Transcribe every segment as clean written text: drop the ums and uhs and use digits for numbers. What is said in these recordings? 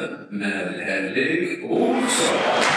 Hockeypodden med Henrik Olsson.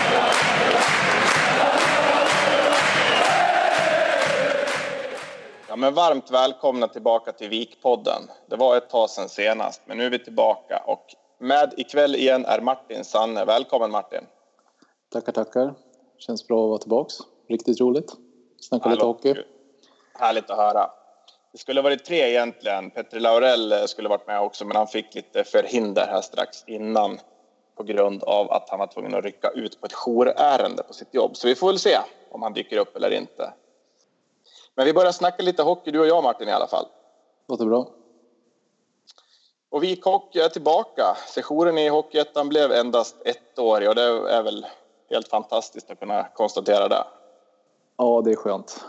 Ja, men varmt välkomna tillbaka till Vikpodden. Det var ett tag sedan senast, men nu är vi tillbaka. Och med ikväll igen är Martin Sanne. Välkommen Martin. Tackar. Känns bra att vara tillbaks. Riktigt roligt. Snacka lite hockey. Härligt att höra. Det skulle varit 3 egentligen. Petter Laurell skulle varit med också, men han fick lite förhinder här strax innan på grund av att han var tvungen att rycka ut på ett jourärende på sitt jobb. Så vi får väl se om han dyker upp eller inte. Men vi börjar snacka lite hockey, du och jag Martin i alla fall. Låter bra. Och Vik Hockey är tillbaka. Sessionen i Hockeyettan blev endast 1 år och det är väl helt fantastiskt att kunna konstatera det. Ja, det är skönt.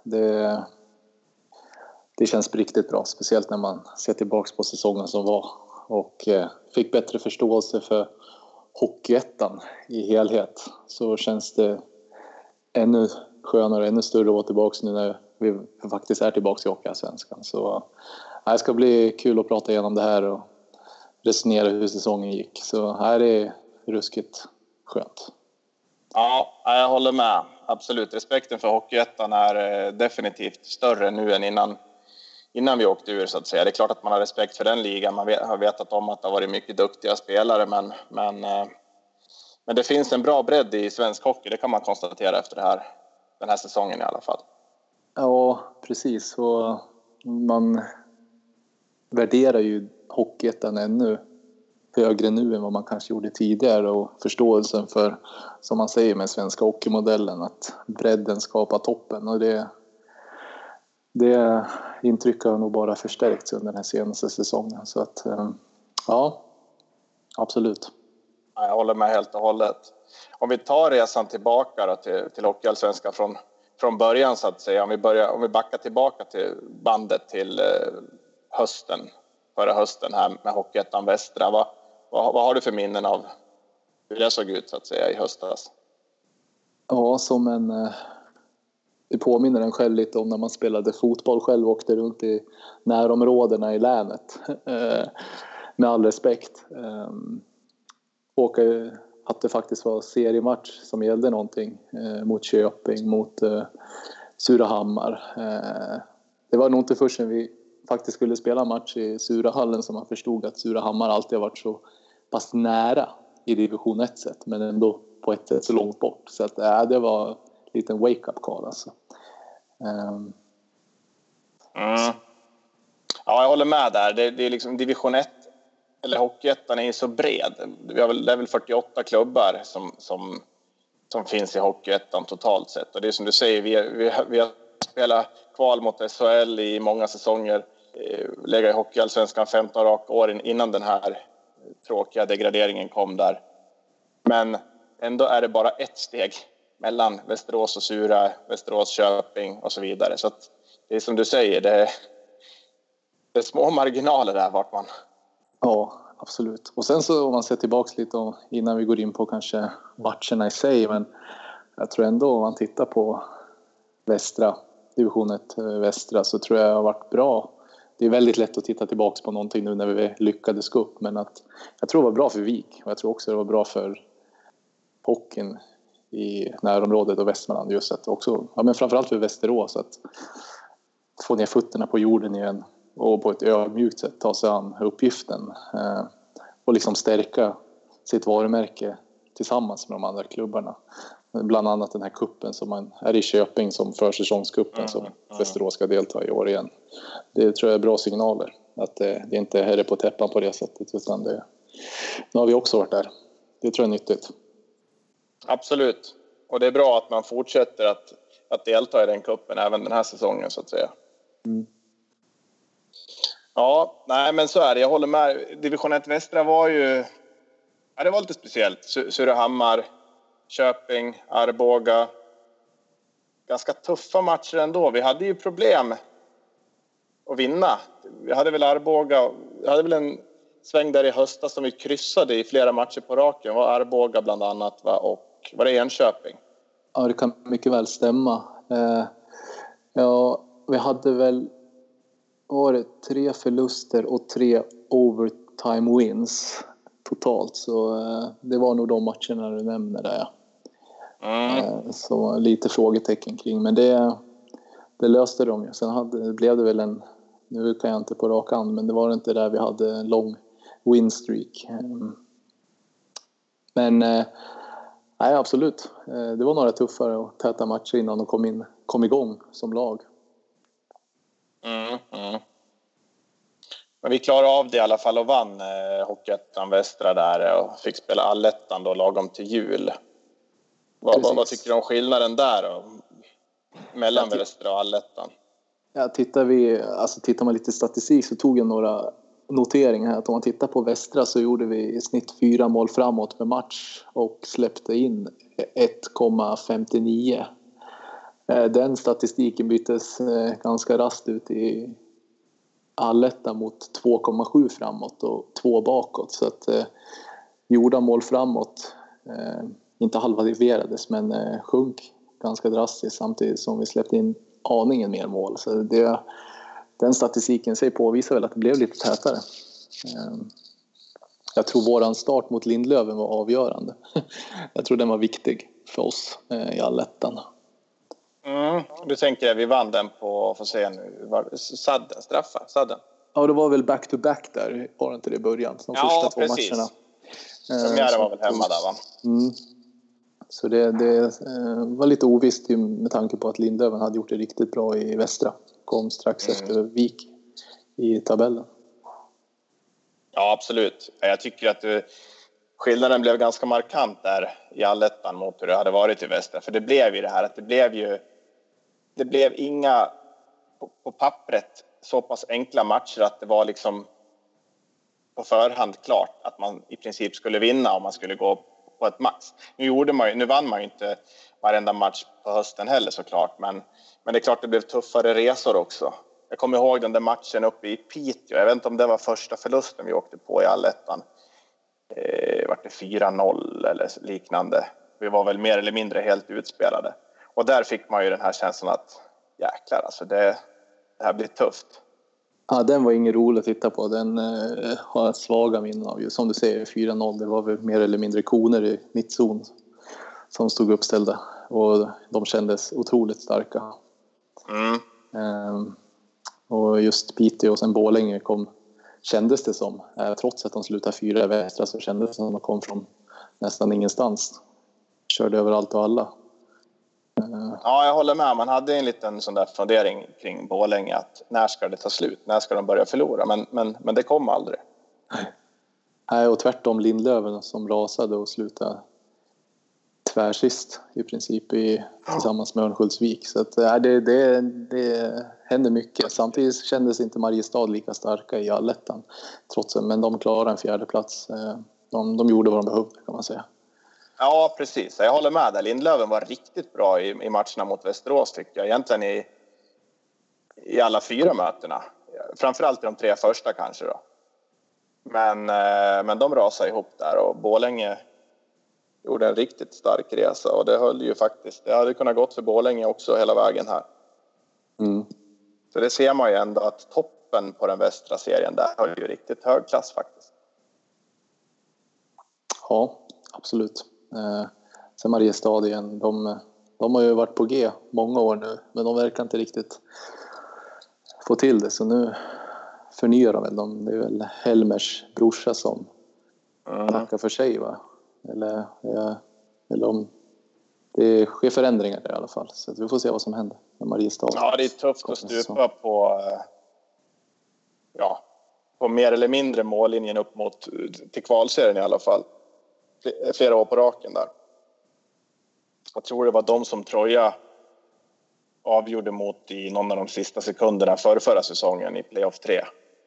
Det känns riktigt bra, speciellt när man ser tillbaka på säsongen som var och fick bättre förståelse för Hockeyettan i helhet. Så känns det ännu skönare, ännu större att vara tillbaka nu när vi faktiskt är tillbaka i Hockeyallsvenskan. Så det ska bli kul att prata igenom det här och resonera hur säsongen gick. Så här är ruskigt skönt. Ja, jag håller med. Absolut. Respekten för Hockeyettan är definitivt större nu än innan vi åkte ur så att säga. Det är klart att man har respekt för den ligan. Man har vetat om att det har varit mycket duktiga spelare men det finns en bra bredd i svensk hockey. Det kan man konstatera efter den här säsongen i alla fall. Ja, precis. Och man värderar ju Hockeyettan ännu högre nu än vad man kanske gjorde tidigare. Och förståelsen för, som man säger med svenska hockeymodellen, att bredden skapar toppen. Och det intrycket har nog bara förstärkts under den här senaste säsongen. Så att, ja, absolut. Jag håller med helt och hållet. Om vi tar resan tillbaka då till Hockeyallsvenskan från början så att säga. Om vi backar tillbaka till bandet till förra hösten här med Hockeyettan Västra. Vad har du för minnen av hur det såg ut så att säga i höstas? Ja, det påminner en själv lite om när man spelade fotboll själv och åkte runt i närområdena i länet. Med all respekt. Att det faktiskt var seriematch som gällde någonting mot Köping, mot Surahammar. Det var nog inte först när vi faktiskt skulle spela match i Surahallen som man förstod att Surahammar alltid har varit så pass nära i division 1 sätt, men ändå på ett sätt så långt bort. Så att, det var en liten wake-up call alltså. Ja, jag håller med där. Det är liksom division 1 eller Hockeyettan är så bred. Det är väl 48 klubbar som finns i Hockeyettan totalt sett. Och det är som du säger, vi har spelat kval mot SHL i många säsonger. Lägga i Hockeyallsvenskan 15 raka år innan den här tråkiga degraderingen kom där. Men ändå är det bara ett steg mellan Västerås och Sura, Västerås, Köping och så vidare. Så att det är som du säger, det är små marginaler där vart man... Ja, absolut. Och sen så om man ser tillbaka lite innan vi går in på kanske matcherna i sig, men jag tror ändå om man tittar på Västra, division 1 Västra, så tror jag det har varit bra. Det är väldigt lätt att titta tillbaka på någonting nu när vi lyckades gå upp, men att jag tror det var bra för Vik och jag tror också det var bra för hockeyn i närområdet och Västmanland, just att också, ja, men framförallt för Västerås, att få ner fötterna på jorden igen och på ett ödmjukt sätt ta sig an uppgiften och liksom stärka sitt varumärke tillsammans med de andra klubbarna. Bland annat den här kuppen som man är i Köping som försäsongskuppen som Västerås ska delta i år igen. Det tror jag är bra signaler, att det inte är på täppan på det sättet, utan nu har vi också varit där. Det tror jag är nyttigt. Absolut. Och det är bra att man fortsätter att delta i den kuppen även den här säsongen så att säga. Ja, nej men så är det. Jag håller med. Division 1 Västra var ju... Ja, det var lite speciellt. Surahammar, Köping, Arboga. Ganska tuffa matcher ändå. Vi hade ju problem att vinna. Vi hade väl Arboga... Vi hade väl en sväng där i höstas som vi kryssade i flera matcher på raken. Var Arboga bland annat, va? Och var det Enköping? Ja, det kan mycket väl stämma. Ja, vi hade väl... var det 3 förluster och 3 overtime wins. totalt. Så det var nog de matcherna du nämner där. Så lite frågetecken kring. Men det löste de ju. Sen blev det väl nu kan jag inte på rak hand, men det var inte där vi hade en lång winstreak. Men nej, absolut. Det var några tuffare och täta matcher innan de kom igång som lag. Men vi klarade av det i alla fall och vann Hockeyettan Västra där och fick spela Allettan då lagom till jul. Vad tycker du om skillnaden där då? Mellan Västra och Allettan? Ja, tittar man lite statistik så tog jag några noteringar här. Att om man tittar på Västra så gjorde vi i snitt 4 mål framåt per match och släppte in 1,59. Den statistiken byttes ganska raskt ut i Allettan mot 2,7 framåt och 2 bakåt. Så att gjorda mål framåt inte halverades men sjönk ganska drastiskt samtidigt som vi släppte in aningen mer mål. Så den statistiken sig påvisar väl att det blev lite tätare. Jag tror våran start mot Lindlöven var avgörande. Jag tror den var viktig för oss i Allettan. Du tänker att vi vann den på, får se nu, Sadden? Ja, det var väl back-to-back där, var det inte det i början? De första 2 matcherna. Premiären var väl hemma där, va? Så det var lite ovisst med tanke på att Lindlöven hade gjort det riktigt bra i Västra. Kom strax efter Vik i tabellen. Ja, absolut. Jag tycker att skillnaden blev ganska markant där i Allettan mot hur det hade varit i Västra. För det blev ju det här att det blev inga på pappret så pass enkla matcher att det var liksom på förhand klart att man i princip skulle vinna om man skulle gå på ett max. Nu vann man ju inte varenda match på hösten heller såklart, men det är klart det blev tuffare resor också. Jag kommer ihåg den där matchen uppe i Piteå. Jag vet inte om det var första förlusten vi åkte på i Allettan. Var det 4-0 eller liknande. Vi var väl mer eller mindre helt utspelade. Och där fick man ju den här känslan att jäklar, alltså det här blir tufft. Ja, den var ingen rolig att titta på. Den har svaga minnen av. Som du säger, 4-0, det var väl mer eller mindre koner i mittzon som stod uppställda. Och de kändes otroligt starka. Och just Piteå och sen Borlänge kändes det som. Trots att de slutade 4 i Västra så kändes det som att de kom från nästan ingenstans. Körde överallt och alla. Ja, jag håller med. Man hade en liten sån där fundering kring Borlänge att när ska det ta slut? När ska de börja förlora? Men det kom aldrig. Nej, och tvärtom Lindlöven som rasade och slutade tvärsist i princip tillsammans med Örnsköldsvik. Så att, det hände mycket. Samtidigt kändes inte Mariestad lika starka i Allettan. Men de klarade en 4:e plats. De gjorde vad de behövde, kan man säga. Ja, precis. Jag håller med där. Lindlöven var riktigt bra i matcherna mot Västerås tycker jag. Egentligen i alla 4 mötena. Framförallt i de 3 första kanske då. Men de rasade ihop där och Borlänge gjorde en riktigt stark resa. Och det höll ju faktiskt. Det hade kunnat gått för Borlänge också hela vägen här. Så det ser man ju ändå att toppen på den västra serien där höll ju riktigt hög klass faktiskt. Ja, absolut. Sen Mariestad igen, de har ju varit på G många år nu, men de verkar inte riktigt få till det, så nu förnyar de väl. Det är väl Helmers brorsa som tackar för sig, va? Eller om det sker förändringar där i alla fall, så att vi får se vad som händer med Mariestad. Ja, det är tufft att stupa på mer eller mindre mållinjen upp till kvalserien i alla fall. Flera år på raken där. Jag tror det var de som Troja avgjorde mot i någon av de sista sekunderna förra säsongen i playoff 3.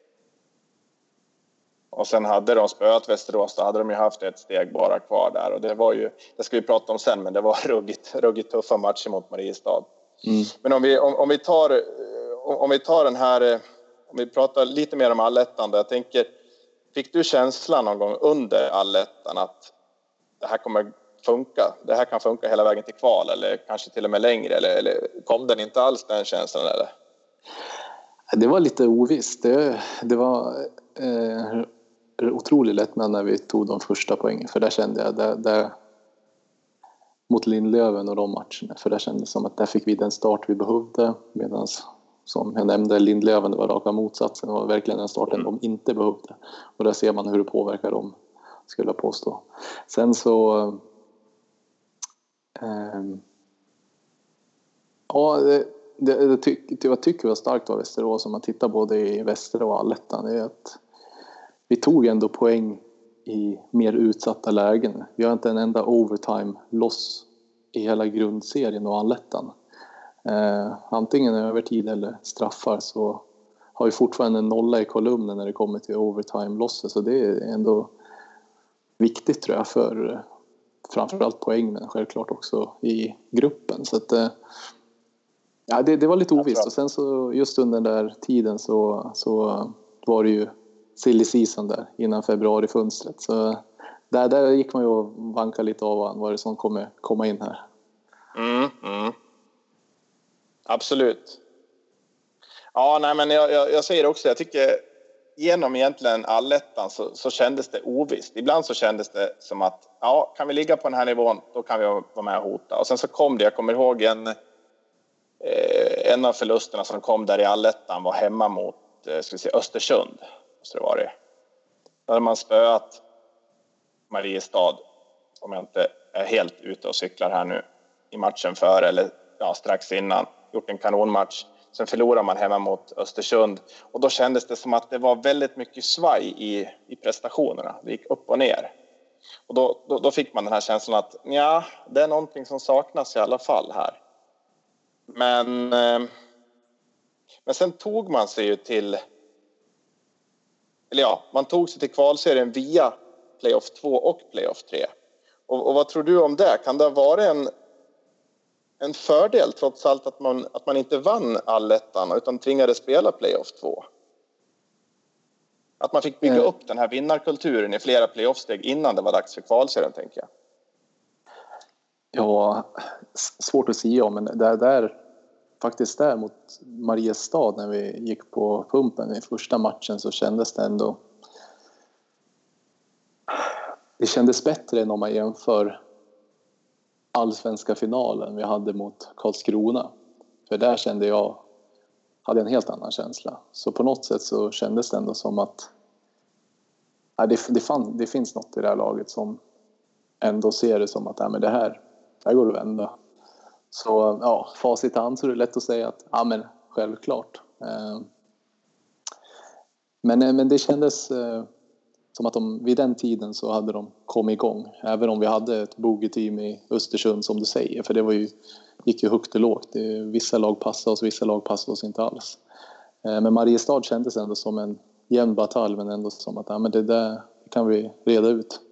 Och sen hade de spöat Västerås, då hade de ju haft ett steg bara kvar där. Och det var ju, det ska vi prata om sen, men det var ruggigt tuffa matcher mot Mariestad. Men om vi tar den här, om vi pratar lite mer om Allettan, jag tänker, fick du känslan någon gång under Allettan att det här kommer funka? Det här kan funka hela vägen till kval eller kanske till och med längre? Eller kom den inte alls, den känslan? Eller? Det var lite ovisst. Det var otrolig lättnad när vi tog de första poängen. För där kände jag, där mot Lindlöven och de matcherna. För där kändes det som att där fick vi den start vi behövde. Medan, som jag nämnde, Lindlöven, det var raka motsatsen. Det var verkligen den starten de inte behövde. Och där ser man hur det påverkar dem, skulle jag påstå. Sen så... jag tycker var starkt av Västerås, om man tittar både i Västra och Allettan, är att vi tog ändå poäng i mer utsatta lägen. Vi har inte en enda overtime loss i hela grundserien och Allettan. Antingen övertid eller straffar, så har vi fortfarande en nolla i kolumnen när det kommer till overtime losses. Så det är ändå viktigt, tror jag, för framförallt poäng, men självklart också i gruppen. Så att, ja, det var lite ovisst. Och sen så just under den där tiden så var det ju silly season där innan februarifönstret. Så där gick man ju och vankade lite av vad det som kommer komma in här. Absolut. Ja, nej, men jag säger också, jag tycker genom egentligen Allettan så kändes det ovisst. Ibland så kändes det som att kan vi ligga på den här nivån, då kan vi vara med och hota. Och sen så kom det, jag kommer ihåg en av förlusterna som kom där i Allettan var hemma mot Östersund. Så det var det. Då hade man spöat Mariestad, om jag inte är helt ute och cyklar här nu, i matchen före eller strax innan. Gjort en kanonmatch. Sen förlorar man hemma mot Östersund. Och då kändes det som att det var väldigt mycket svaj i prestationerna. Det gick upp och ner. Och då fick man den här känslan att det är någonting som saknas i alla fall här. Men sen tog man sig ju till... man tog sig till kvalserien via playoff 2 och playoff 3. Och vad tror du om det? Kan det vara en fördel trots allt att man inte vann Allettan utan tvingade spela playoff 2? Att man fick bygga upp den här vinnarkulturen i flera playoffsteg innan det var dags för kvalserien, tänker jag. Ja, svårt att säga om, men där mot Mariestad när vi gick på pumpen i första matchen, så kändes det ändå... Det kändes bättre än om man jämför allsvenska finalen vi hade mot Karlskrona. För där kände jag, hade en helt annan känsla. Så på något sätt så kändes det ändå som att det finns något i det här laget som ändå ser det som att men det här går att vända. Så facit i hand så är det lätt att säga att men självklart. Men det kändes som att vid den tiden så hade de kommit igång. Även om vi hade ett bogeyteam i Östersund, som du säger. För det gick ju högt och lågt. Vissa lag passade oss, vissa lag passade oss inte alls. Men Mariestad kändes ändå som en jämn batalj, men ändå som att men det där kan vi reda ut.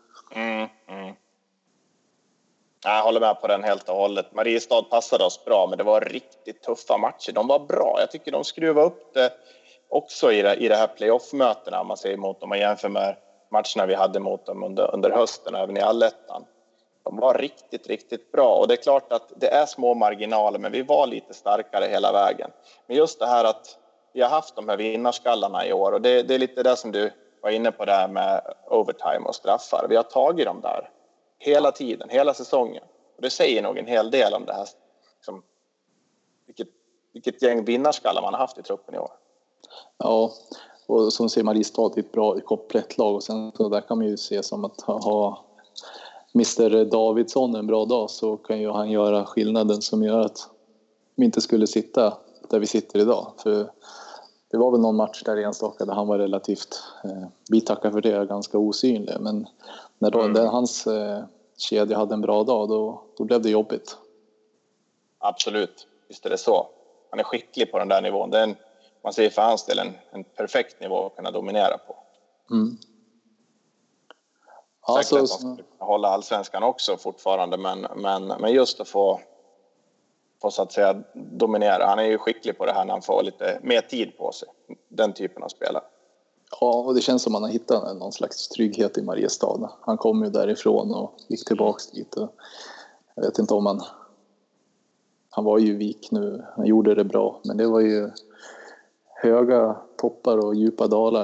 Jag håller med på den helt och hållet. Mariestad passade oss bra, men det var riktigt tuffa matcher. De var bra. Jag tycker de skruvade upp det också i det här playoff-mötena, om man säger emot, om man jämför med matcherna vi hade mot dem under hösten, även i Allettan. De var riktigt, riktigt bra. Och det är klart att det är små marginaler, men vi var lite starkare hela vägen. Men just det här att vi har haft de här vinnarskallarna i år, och det är lite det som du var inne på där med overtime och straffar. Vi har tagit dem där hela tiden, hela säsongen. Och det säger nog en hel del om det här, liksom, vilket gäng vinnarskallar man har haft i truppen i år. Ja, och som ser Mariestad, ett bra komplett lag. Och sen så där kan man ju se som att ha Mr. Davidsson en bra dag, så kan ju han göra skillnaden som gör att vi inte skulle sitta där vi sitter idag. För det var väl någon match där enstaka där han var relativt, vi tackar för det, ganska osynlig. Men när hans kedja hade en bra dag, då blev det jobbigt. Absolut, visst är det så. Han är skicklig på den där nivån. Det är man ser för hans del en perfekt nivå att kunna dominera på. Säkert att de ska hålla allsvenskan också fortfarande, men just att få så att säga dominera. Han är ju skicklig på det här när han får lite mer tid på sig. Den typen av spelare. Ja, och det känns som att han har hittat någon slags trygghet i Mariestad. Han kom ju därifrån och gick tillbaks dit. Och jag vet inte om han var ju Vik nu. Han gjorde det bra, men det var ju höga toppar och djupa dalar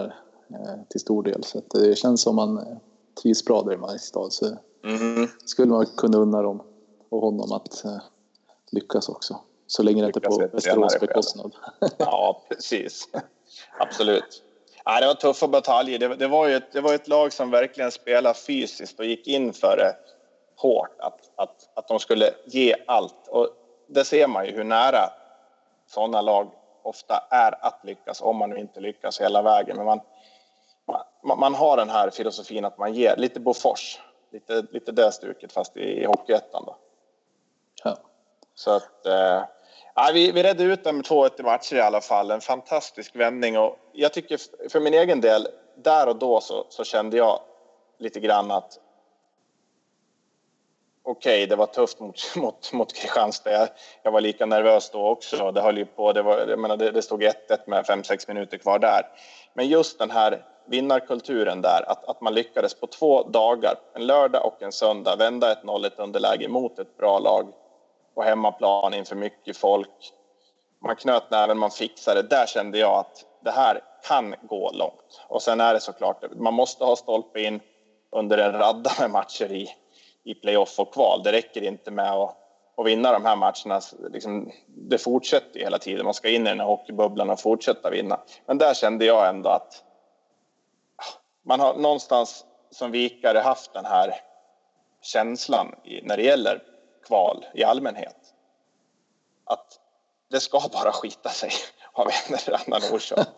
till stor del. Så att det känns som man trivs bra där i Mariestad. Så skulle man kunna unna dem och honom att lyckas också. Så länge det inte är på Västerås bekostnad. Ja, precis. Absolut. Ja, det var tuffa bataljer. Det var ett lag som verkligen spelade fysiskt och gick in för det hårt. Att de skulle ge allt. Och det ser man ju hur nära sådana lag ofta är att lyckas, om man nu inte lyckas hela vägen. Men man har den här filosofin att man ger lite Bofors. Lite det stuket fast i Hockeyettan då. Ja. Så att vi redde ut dem med 2-1 i matcher i alla fall. En fantastisk vändning. Och jag tycker för min egen del, där och då så kände jag lite grann att okej, det var tufft mot Kristianstad. Jag var lika nervös då också. Det höll ju på. Det stod 1-1 med 5-6 minuter kvar där. Men just den här vinnarkulturen där, att man lyckades på 2 dagar, en lördag och en söndag, vända ett 0-1 underläge mot ett bra lag på hemmaplan inför mycket folk. Man knöt näven, man fixade. Där kände jag att det här kan gå långt. Och sen är det såklart, man måste ha stolpe in under en radda med matcher i playoff och kval. Det räcker inte med att vinna de här matcherna. Liksom, det fortsätter hela tiden. Man ska in i den här hockeybubblan och fortsätta vinna. Men där kände jag ändå att man har någonstans som vikare haft den här känslan när det gäller kval i allmänhet. Att det ska bara skita sig av en eller annan orsak.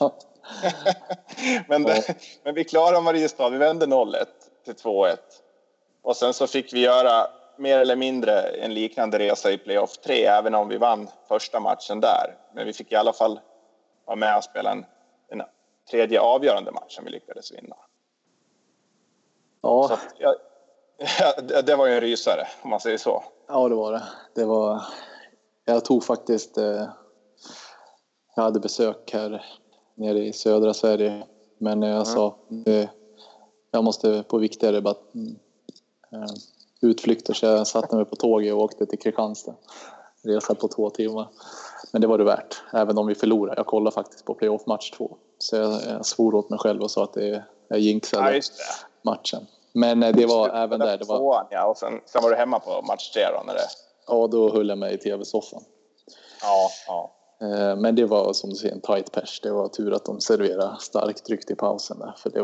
Men vi klarar Mariestad. Vi vände 0-1 till 2-1. Och sen så fick vi göra mer eller mindre en liknande resa i playoff 3. Även om vi vann första matchen där. Men vi fick i alla fall vara med och spela en tredje avgörande match som vi lyckades vinna. Ja. Så det var ju en rysare, om man säger så. Ja, det var det. Jag tog faktiskt... jag hade besök här nere i södra Sverige. Men jag sa... jag måste på viktigare utflykter, så jag satte mig på tåget och åkte till Kristianstad. Resa på 2 timmar. Men det var det värt, även om vi förlorade. Jag kollade faktiskt på playoff match 2. Så jag svor åt mig själv och sa att jag jinxade matchen. Men det var även där. Det var... Ja, och sen var du hemma på match 3 då? Ja, då höll jag mig i tv-soffan. Ja. Men det var som du säger en tight pers. Det var tur att de serverade starkt dryck i pausen där. För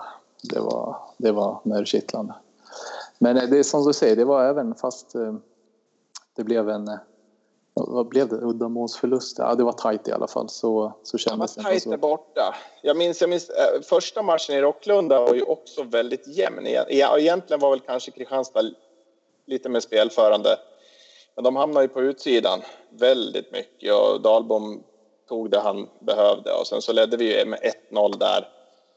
det var nervkittlande. Men det är som du säger, det var även fast det blev vad blev det? Uddamålsförlust. Ja, det var tajt i alla fall. Så kändes det. Tajt där borta. Jag minns första matchen i Rocklunda var ju också väldigt jämn. Egentligen var väl kanske Kristianstad lite mer spelförande. Men de hamnade ju på utsidan väldigt mycket. Och Dahlbom tog det han behövde. Och sen så ledde vi ju med 1-0 där.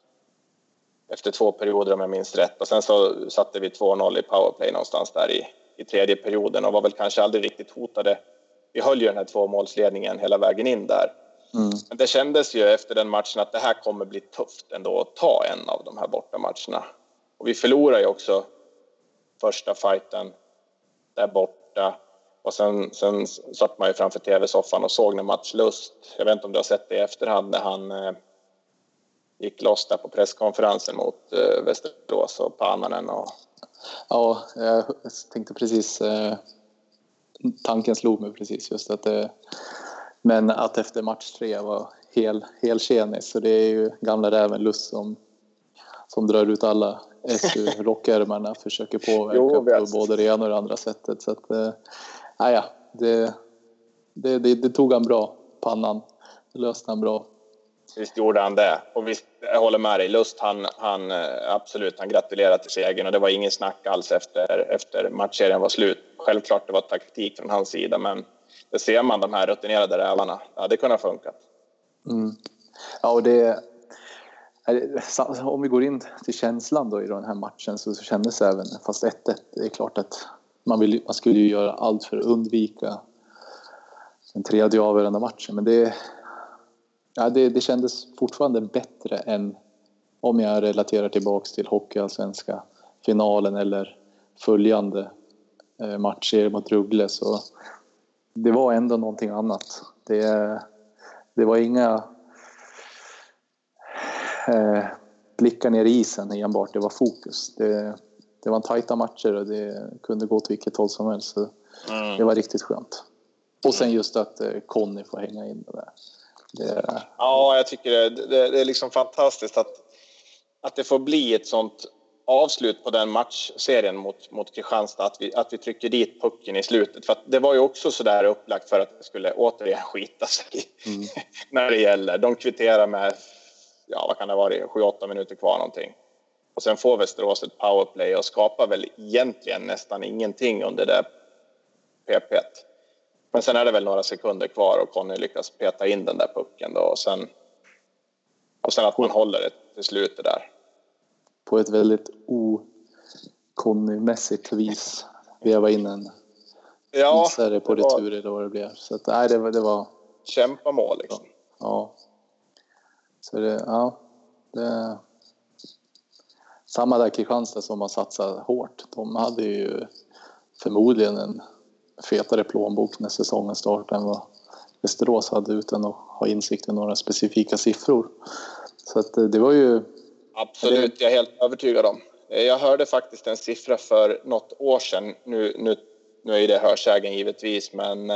Efter 2 perioder om jag minns rätt. Och sen så satte vi 2-0 i powerplay någonstans där i tredje perioden. Och var väl kanske aldrig riktigt hotade. Vi höll ju den här 2-målsledningen hela vägen in där. Men det kändes ju efter den matchen att det här kommer bli tufft ändå att ta en av de här bortamatcherna. Och vi förlorade ju också första fighten där borta. Och sen satt man ju framför tv-soffan och såg en matchlust. Jag vet inte om du har sett det i efterhand när han gick loss där på presskonferensen mot Västerås och Pannanen. Ja, jag tänkte precis... tanken slog mig precis just att men att efter match 3 var heltjenis, så det är ju gamla räven Lust som drar ut alla SU-rockärmarna, försöker påverka på både det ena och det andra sättet, så att det tog han bra, Pannan, det löste han bra. Visst gjorde han det, och visst, jag håller med dig, Lust han absolut, han gratulerade till segern och det var ingen snack alls efter matchserien var slut. Självklart det var taktik från hans sida, men det ser man, de här rutinerade rävarna, det kunde ha funkat. Ja, och om vi går in till känslan då i den här matchen, så kändes det även, fast 1-1, det är klart att man skulle ju göra allt för att undvika den tredje avgörande matchen, men det kändes fortfarande bättre än om jag relaterar tillbaks till hockeyallsvenska finalen eller följande matcher mot Rögle, så det var ändå någonting annat. Det var inga blicka ner i isen enbart, det var fokus. Det var tajta matcher och det kunde gå till vilket håll som helst. Så det var riktigt skönt. Och sen just att Conny får hänga in det där. Ja, jag tycker det är liksom fantastiskt att det får bli ett sånt avslut på den matchserien mot Kristianstad, att vi trycker dit pucken i slutet. För att det var ju också så där upplagt för att det skulle återigen skita sig när det gäller. De kvitterar med, vad kan det vara, 7-8 minuter kvar någonting. Och sen får Västerås ett powerplay och skapar väl egentligen nästan ingenting under det PP. Men sen är det väl några sekunder kvar och Conny lyckas peta in den där pucken då. Och sen att man håller det till slutet där. På ett väldigt Conny-mässigt vis veva in en visare på retur eller vad det blev. Så att, nej, det var kämpamål liksom. Ja. Så det samma där Kristianstad som har satsat hårt. De hade ju förmodligen en fetare plånbok när säsongen startade än vad Västerås hade, utan att ha insikt i några specifika siffror. Så att det var ju... Absolut, jag är helt övertygad om. Jag hörde faktiskt en siffra för något år sedan. Nu är det hörsägen givetvis, men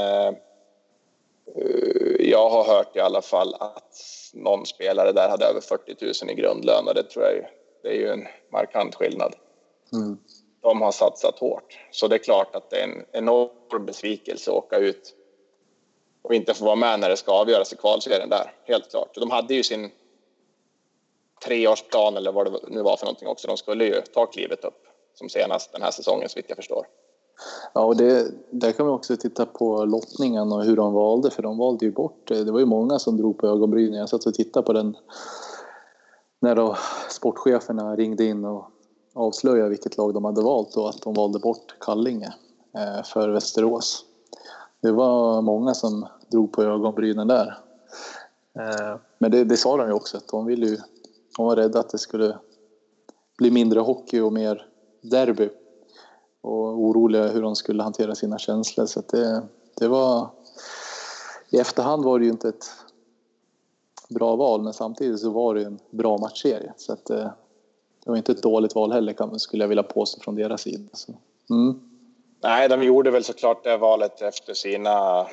jag har hört i alla fall att någon spelare där hade över 40 000 i grundlön, och det tror jag det är ju en markant skillnad. De har satsat hårt. Så det är klart att det är en enorm besvikelse att åka ut och inte få vara med när det ska avgöras i kvalserien där. Helt klart. De hade ju sin 3-årsplan eller vad det nu var för någonting också. De skulle ju ta klivet upp som senast den här säsongen, så vitt jag förstår. Ja, och där kan vi också titta på lottningen och hur de valde. För de valde ju bort, det var ju många som drog på ögonbrynen. Jag satt och tittade på den när då sportcheferna ringde in och avslöjade vilket lag de hade valt, och att de valde bort Kallinge för Västerås. Det var många som drog på ögonbrynen där. Men det sa de ju också, att de var rädda att det skulle bli mindre hockey och mer derby, och oroliga hur de skulle hantera sina känslor. Så att det var, i efterhand var det ju inte ett bra val, men samtidigt så var det en bra matchserie. Så att det var inte ett dåligt val heller, skulle jag vilja påstå från deras sida. Så. Nej, de gjorde väl såklart det valet efter sina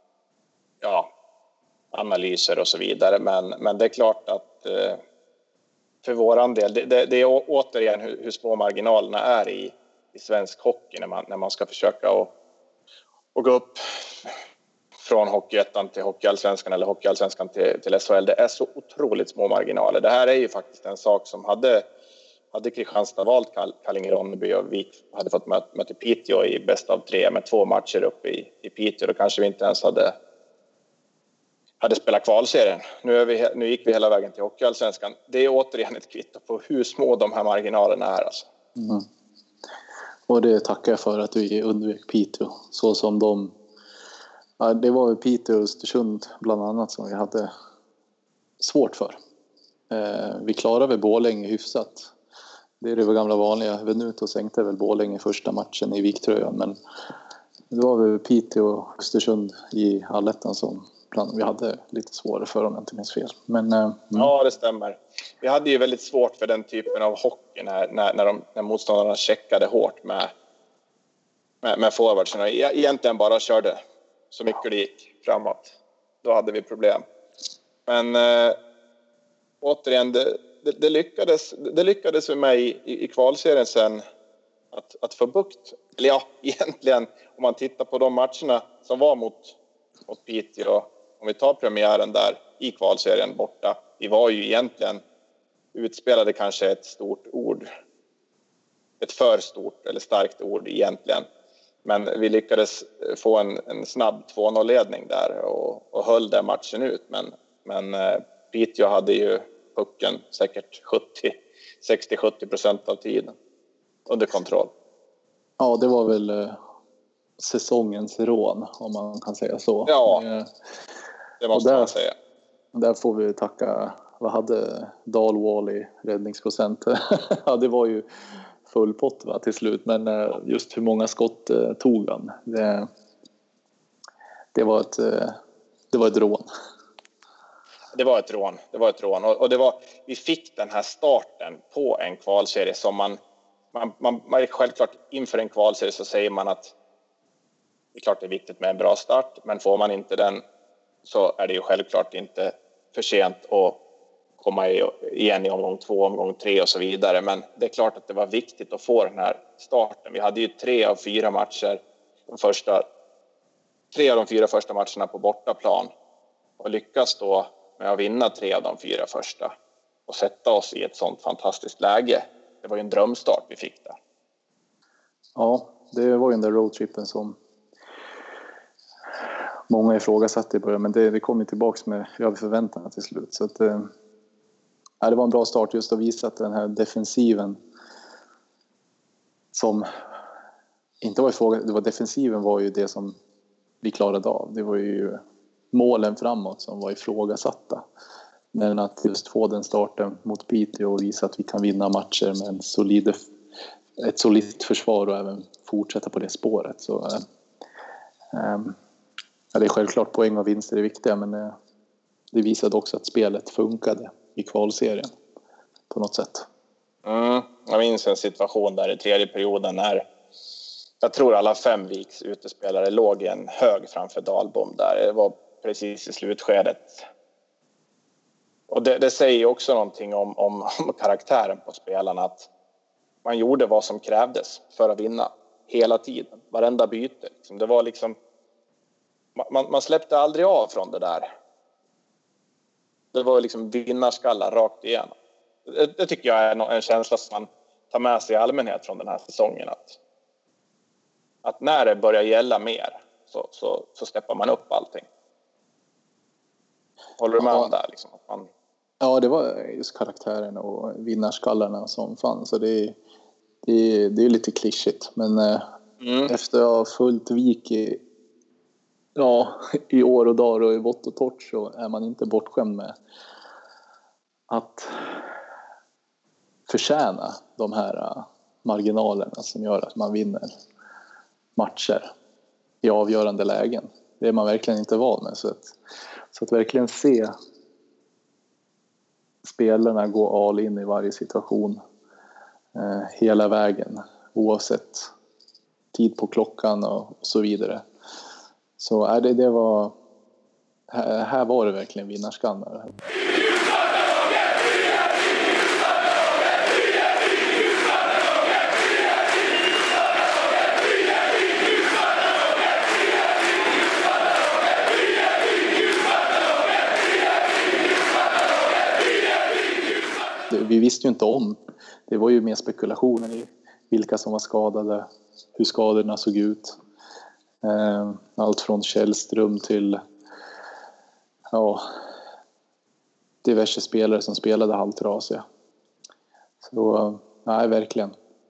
analyser och så vidare. Men det är klart att för våran del, det är återigen hur små marginalerna är i svensk hockey när man ska försöka att gå upp från Hockeyettan till Hockeyallsvenskan eller Hockeyallsvenskan till SHL. Det är så otroligt små marginaler. Det här är ju faktiskt en sak som hade Kristianstad valt Kallinge-Ronneby och vi hade fått möta Piteå i bäst av 3 med 2 matcher uppe i Piteå, då kanske vi inte ens hade spelat kvalserien. Nu gick vi hela vägen till Hockeyallsvenskan. Det är återigen ett kvitto på hur små de här marginalerna är. Alltså. Och det tackar jag för att du undvek Piteå. Så som det var Piteå och Östersund bland annat som vi hade svårt för. Vi klarade väl Borlänge hyfsat. Det är det gamla vanliga. Venuto sänkte väl Borlänge första matchen i viktröjan, men det var väl Piteå och Östersund i allettan som vi hade lite svårare för, om jag inte minns fel. Men, Ja, det stämmer. Vi hade ju väldigt svårt för den typen av hockey när motståndarna checkade hårt med forwardsen och egentligen bara körde så mycket det gick framåt. Då hade vi problem. Men återigen, det lyckades för mig i kvalserien sen att få bukt. Eller egentligen om man tittar på de matcherna som var mot Piteå, om vi tar premiären där i kvalserien borta. Vi var ju egentligen utspelade, kanske ett stort ord. Ett för stort eller starkt ord egentligen. Men vi lyckades få en snabb 2-0-ledning där och höll den matchen ut. Men Piteå hade ju pucken säkert 60-70% av tiden under kontroll. Ja, det var väl säsongens rån, om man kan säga så. Ja, det måste man säga. Där får vi tacka, vad hade Dahlwall i räddningsprocent? Ja, det var ju full pott till slut, men just hur många skott tog han? Det var ett rån. Det var ett rån. Och vi fick den här starten på en kvalserie som man självklart inför en kvalserie så säger man att det är klart det är viktigt med en bra start, men får man inte den så är det ju självklart inte för sent att komma igen i omgång 2, omgång 3 och så vidare. Men det är klart att det var viktigt att få den här starten. Vi hade ju 3 av 4 matcher, 3 av de 4 första matcherna på bortaplan och lyckas då med att vinna 3 av de 4 första och sätta oss i ett sånt fantastiskt läge. Det var ju en drömstart vi fick där. Ja, det var ju den där roadtrippen som många ifrågasatte i början, men det kom ju tillbaka med över förväntan till slut. Så att, det var en bra start just att visa att den här defensiven som inte var ifrågasatt, det var defensiven var ju det som vi klarade av. Det var ju målen framåt som var ifrågasatta. Men att just få den starten mot Piteå och visa att vi kan vinna matcher med ett solidt försvar och även fortsätta på det spåret. Så det är självklart poäng och vinster är viktiga, men det visade också att spelet funkade i kvalserien på något sätt. Jag minns en situation där i tredje perioden när jag tror alla 5 Viks utespelare låg i en hög framför Dahlbom där. Det var precis i slutskedet. Och det säger också någonting om karaktären på spelarna, att man gjorde vad som krävdes för att vinna hela tiden, varenda byte. Det var liksom man släppte aldrig av från det där. Det var liksom vinnarskallar rakt igenom. Det tycker jag är en känsla som man tar med sig i allmänhet från den här säsongen, att när det börjar gälla mer så släpper man upp allting. Håller du med om det? Liksom, att man... Ja, det var just karaktären och vinnarskallarna som fanns. Så det är lite klyschigt, men efter att ha följt Vik i år och dagar och i vått och torrt så är man inte bortskämd med att förtjäna de här marginalerna som gör att man vinner matcher i avgörande lägen. Det är man verkligen inte van med. Så att verkligen se spelarna gå all in i varje situation hela vägen, oavsett tid på klockan och så vidare. Så det var här var det verkligen vinnarskallar. Vi visste ju inte om. Det var ju mer spekulationer i vilka som var skadade, hur skadorna såg ut. Allt från Källström till diverse spelare som spelade halvtrasiga. Så nej, verkligen.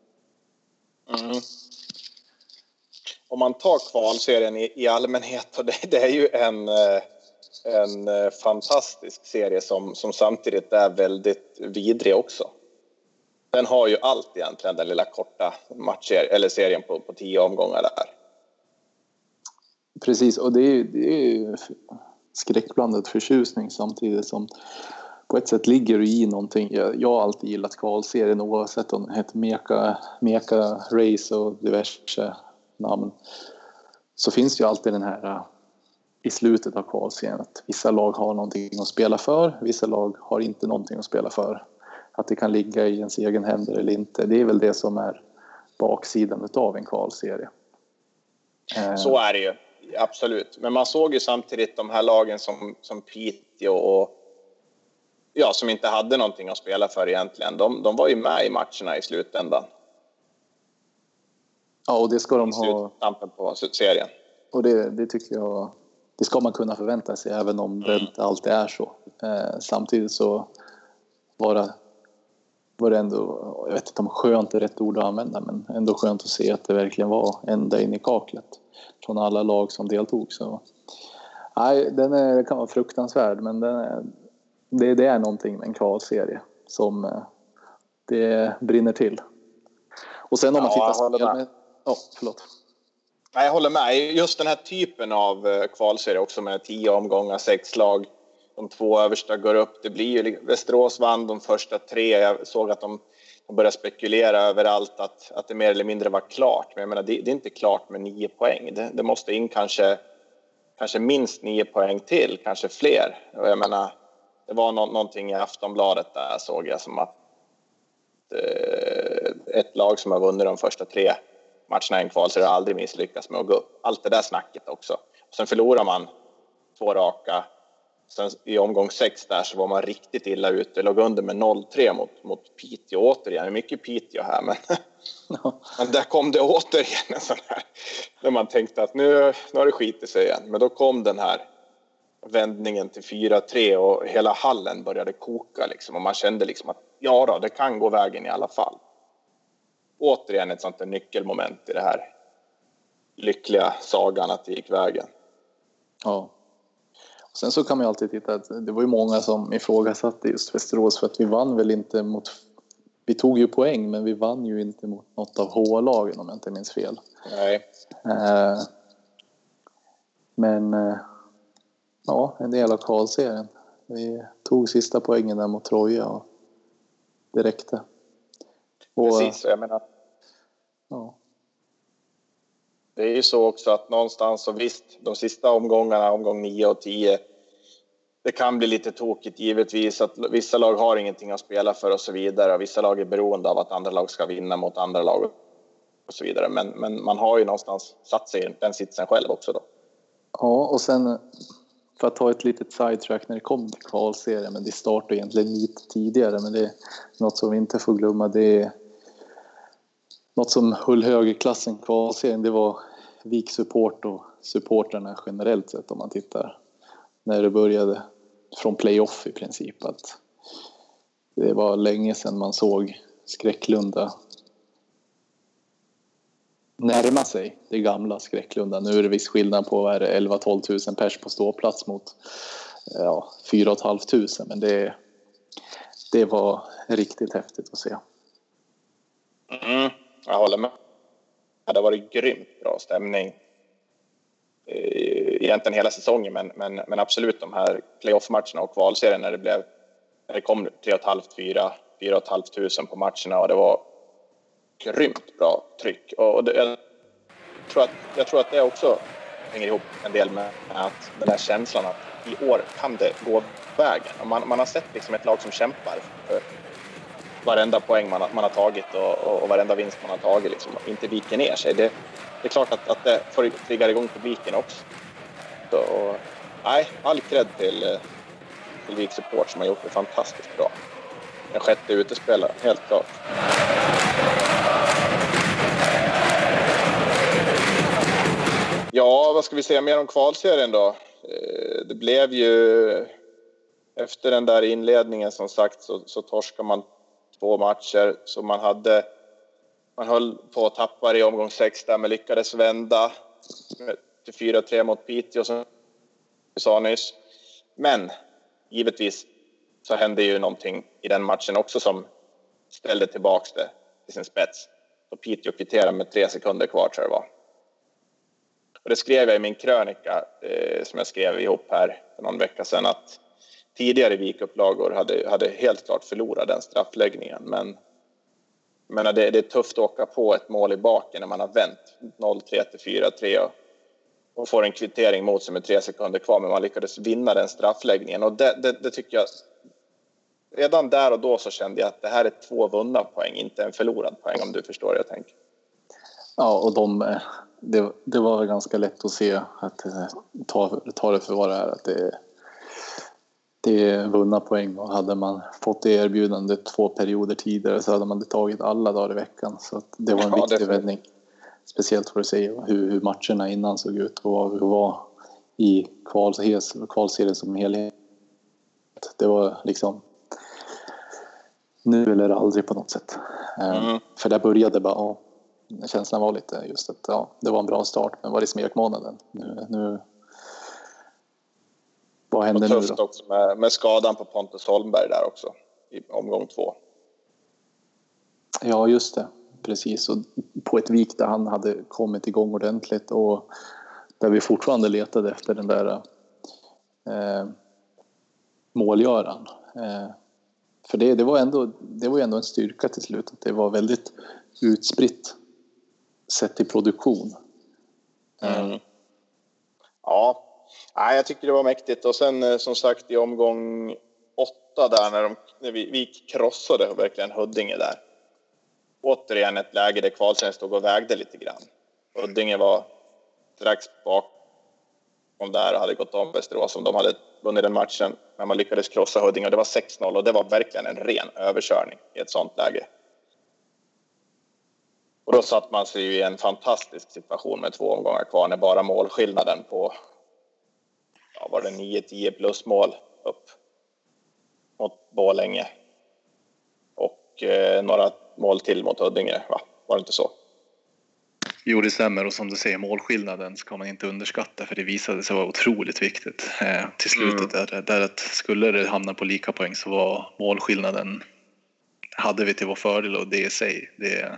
Om man tar kvalserien i allmänhet, och det är ju en fantastisk serie som samtidigt är väldigt vidrig också. Den har ju allt egentligen, den lilla korta matcher eller serien på 10 omgångar där. Precis, och det är skräckblandad förtjusning samtidigt som på ett sätt ligger det i någonting. Jag har alltid gillat kvalserien oavsett om det heter Meka Race och diverse namn. Så finns det ju alltid den här i slutet av kvalserien att vissa lag har någonting att spela för, vissa lag har inte någonting att spela för. Att det kan ligga i ens egen händer eller inte, det är väl det som är baksidan av en kvalserie. Så är det ju, absolut. Men man såg ju samtidigt de här lagen som Piteå och som inte hade någonting att spela för egentligen. De var ju med i matcherna i slutändan. Ja, och det ska de ha. Tampen på serien. Och det tycker jag, det ska man kunna förvänta sig även om det inte alltid är så. Samtidigt så var det ändå, jag vet inte om skönt är rätt ord att använda, men ändå skönt att se att det verkligen var ända in i kaklet från alla lag som deltog. Så nej, den kan vara fruktansvärd, men det är någonting med en kvalserie som det brinner till. Och sen om man tittar förlåt. Nej, jag håller med. Just den här typen av kvalserie också med 10 omgångar, 6 lag. de 2 översta går upp. Det blir ju, Västerås vann de första 3. Jag såg att de började spekulera överallt att det mer eller mindre var klart. Men jag menar, det är inte klart med 9 poäng. Det måste in kanske minst 9 poäng till, kanske fler. Och jag menar, det var någonting i Aftonbladet där såg jag som att ett lag som har vunnit de första 3 matcherna i en kval så har aldrig misslyckats med att gå upp. Allt det där snacket också. Sen förlorar man 2 raka. Sen i omgång 6 där så var man riktigt illa ute. Låg under med 0-3 mot Piteå återigen. Det är mycket Piteå här, men där kom det återigen en sån här. Där man tänkte att nu har det skitit sig igen. Men då kom den här vändningen till 4-3 och hela hallen började koka liksom. Och man kände liksom att ja då, det kan gå vägen i alla fall. Återigen ett sånt där nyckelmoment i det här lyckliga sagan att det gick vägen. Ja. Och sen så kan man ju alltid titta att det var ju många som ifrågasatte just Västerås för att vi vann väl inte mot... Vi tog ju poäng, men vi vann ju inte mot något av H-lagen om jag inte minns fel. Nej. Ja, en del av kvalserien. Vi tog sista poängen där mot Troja och det räckte. Precis, jag menar. Ja. Det är ju så också att någonstans så visst, de sista omgångarna, omgång 9 och 10, det kan bli lite tokigt givetvis att vissa lag har ingenting att spela för och så vidare. Och vissa lag är beroende av att andra lag ska vinna mot andra lag och så vidare. Men man har ju någonstans satt sig i den sitsen själv också då. Ja, och sen för att ta ett litet sidetrack när det kom till kvalserien, men det startade egentligen lite tidigare, men det är något som vi inte får glömma. Det är något som höll högre klassen kvalserien, det var Vik-support och supporterna generellt sett om man tittar. När det började från playoff i princip, att det var länge sedan man såg Skräcklunda närma sig det gamla Skräcklunda. Nu är det viss skillnad på 11-12 000 pers på ståplats mot 4 500, men det var riktigt häftigt att se. Jag håller med. Det har varit grymt bra stämning egentligen hela säsongen, men absolut de här playoff-matcherna och kvalserien när det kom 3 500, 4 500 på matcherna och det var grymt bra tryck. Och jag tror att det också hänger ihop en del med att den här känslan att i år kan det gå vägen. Och man har sett liksom ett lag som kämpar för varenda poäng man har tagit och varenda vinst man har tagit liksom, inte viker ner sig. Det är klart att det får trigga igång publiken också. Så, all cred till Vik Support som har gjort det fantastiskt bra. En 6:e utespelare, helt klart. Ja, vad ska vi säga mer om kvalserien då? Det blev ju efter den där inledningen som sagt så torskar man 2 matcher. Så man höll på att tappa i omgång 6 där men lyckades vända till 4-3 mot Piteå som vi sa nyss. Men givetvis så hände ju någonting i den matchen också som ställde tillbaks det till sin spets. Så Piteå kvitterade med 3 sekunder kvar tror jag det var. Och det skrev jag i min krönika som jag skrev ihop här för någon vecka sedan att tidigare vikupplagor hade helt klart förlorat den straffläggningen. Men det är tufft att åka på ett mål i baken när man har vänt 0-3 till 4-3 och får en kvittering mot sig med 3 sekunder kvar. Men man lyckades vinna den straffläggningen. Och det tycker jag, redan där och då så kände jag att det här är 2 vunna poäng, inte en förlorad poäng om du förstår vad jag tänker. Ja, och det var ganska lätt att se att ta det för vad det är, att det är vunna poäng. Och hade man fått det erbjudandet 2 perioder tidigare så hade man det tagit alla dagar i veckan. Så att det var en viktig vändning. Speciellt för att se hur matcherna innan såg ut och hur det var i kvalserien som helhet. Det var liksom nu eller aldrig på något sätt. För där började bara känslan var lite just att det var en bra start, men var det smekmånaden nu vad händer nu då? Också med skadan på Pontus Holmberg där också i omgång 2. Ja, just det. Precis. Och på ett Vik där han hade kommit igång ordentligt och där vi fortfarande letade efter den där målgöraren. För det var ju ändå en styrka till slut att det var väldigt utspritt sett till produktion. Ja, jag tycker det var mäktigt. Och sen som sagt i omgång 8 där när vi krossade verkligen Huddinge där. Återigen ett läge där Kvalsen stod och vägde lite grann. Huddinge var strax bakom där och hade gått om Västerås om de hade vunnit den matchen. Men man lyckades krossa Huddinge och det var 6-0 och det var verkligen en ren överkörning i ett sånt läge. Och då satt man sig i en fantastisk situation med 2 omgångar kvar när bara målskillnaden på var det 9-10 plus mål upp mot Borlänge och några mål till mot Huddinge, va? Var det inte så? Jo, det stämmer, och som du säger, målskillnaden ska man inte underskatta, för det visade sig vara otroligt viktigt till slutet. Där att skulle det hamna på lika poäng så var målskillnaden, hade vi till vår fördel, och det i sig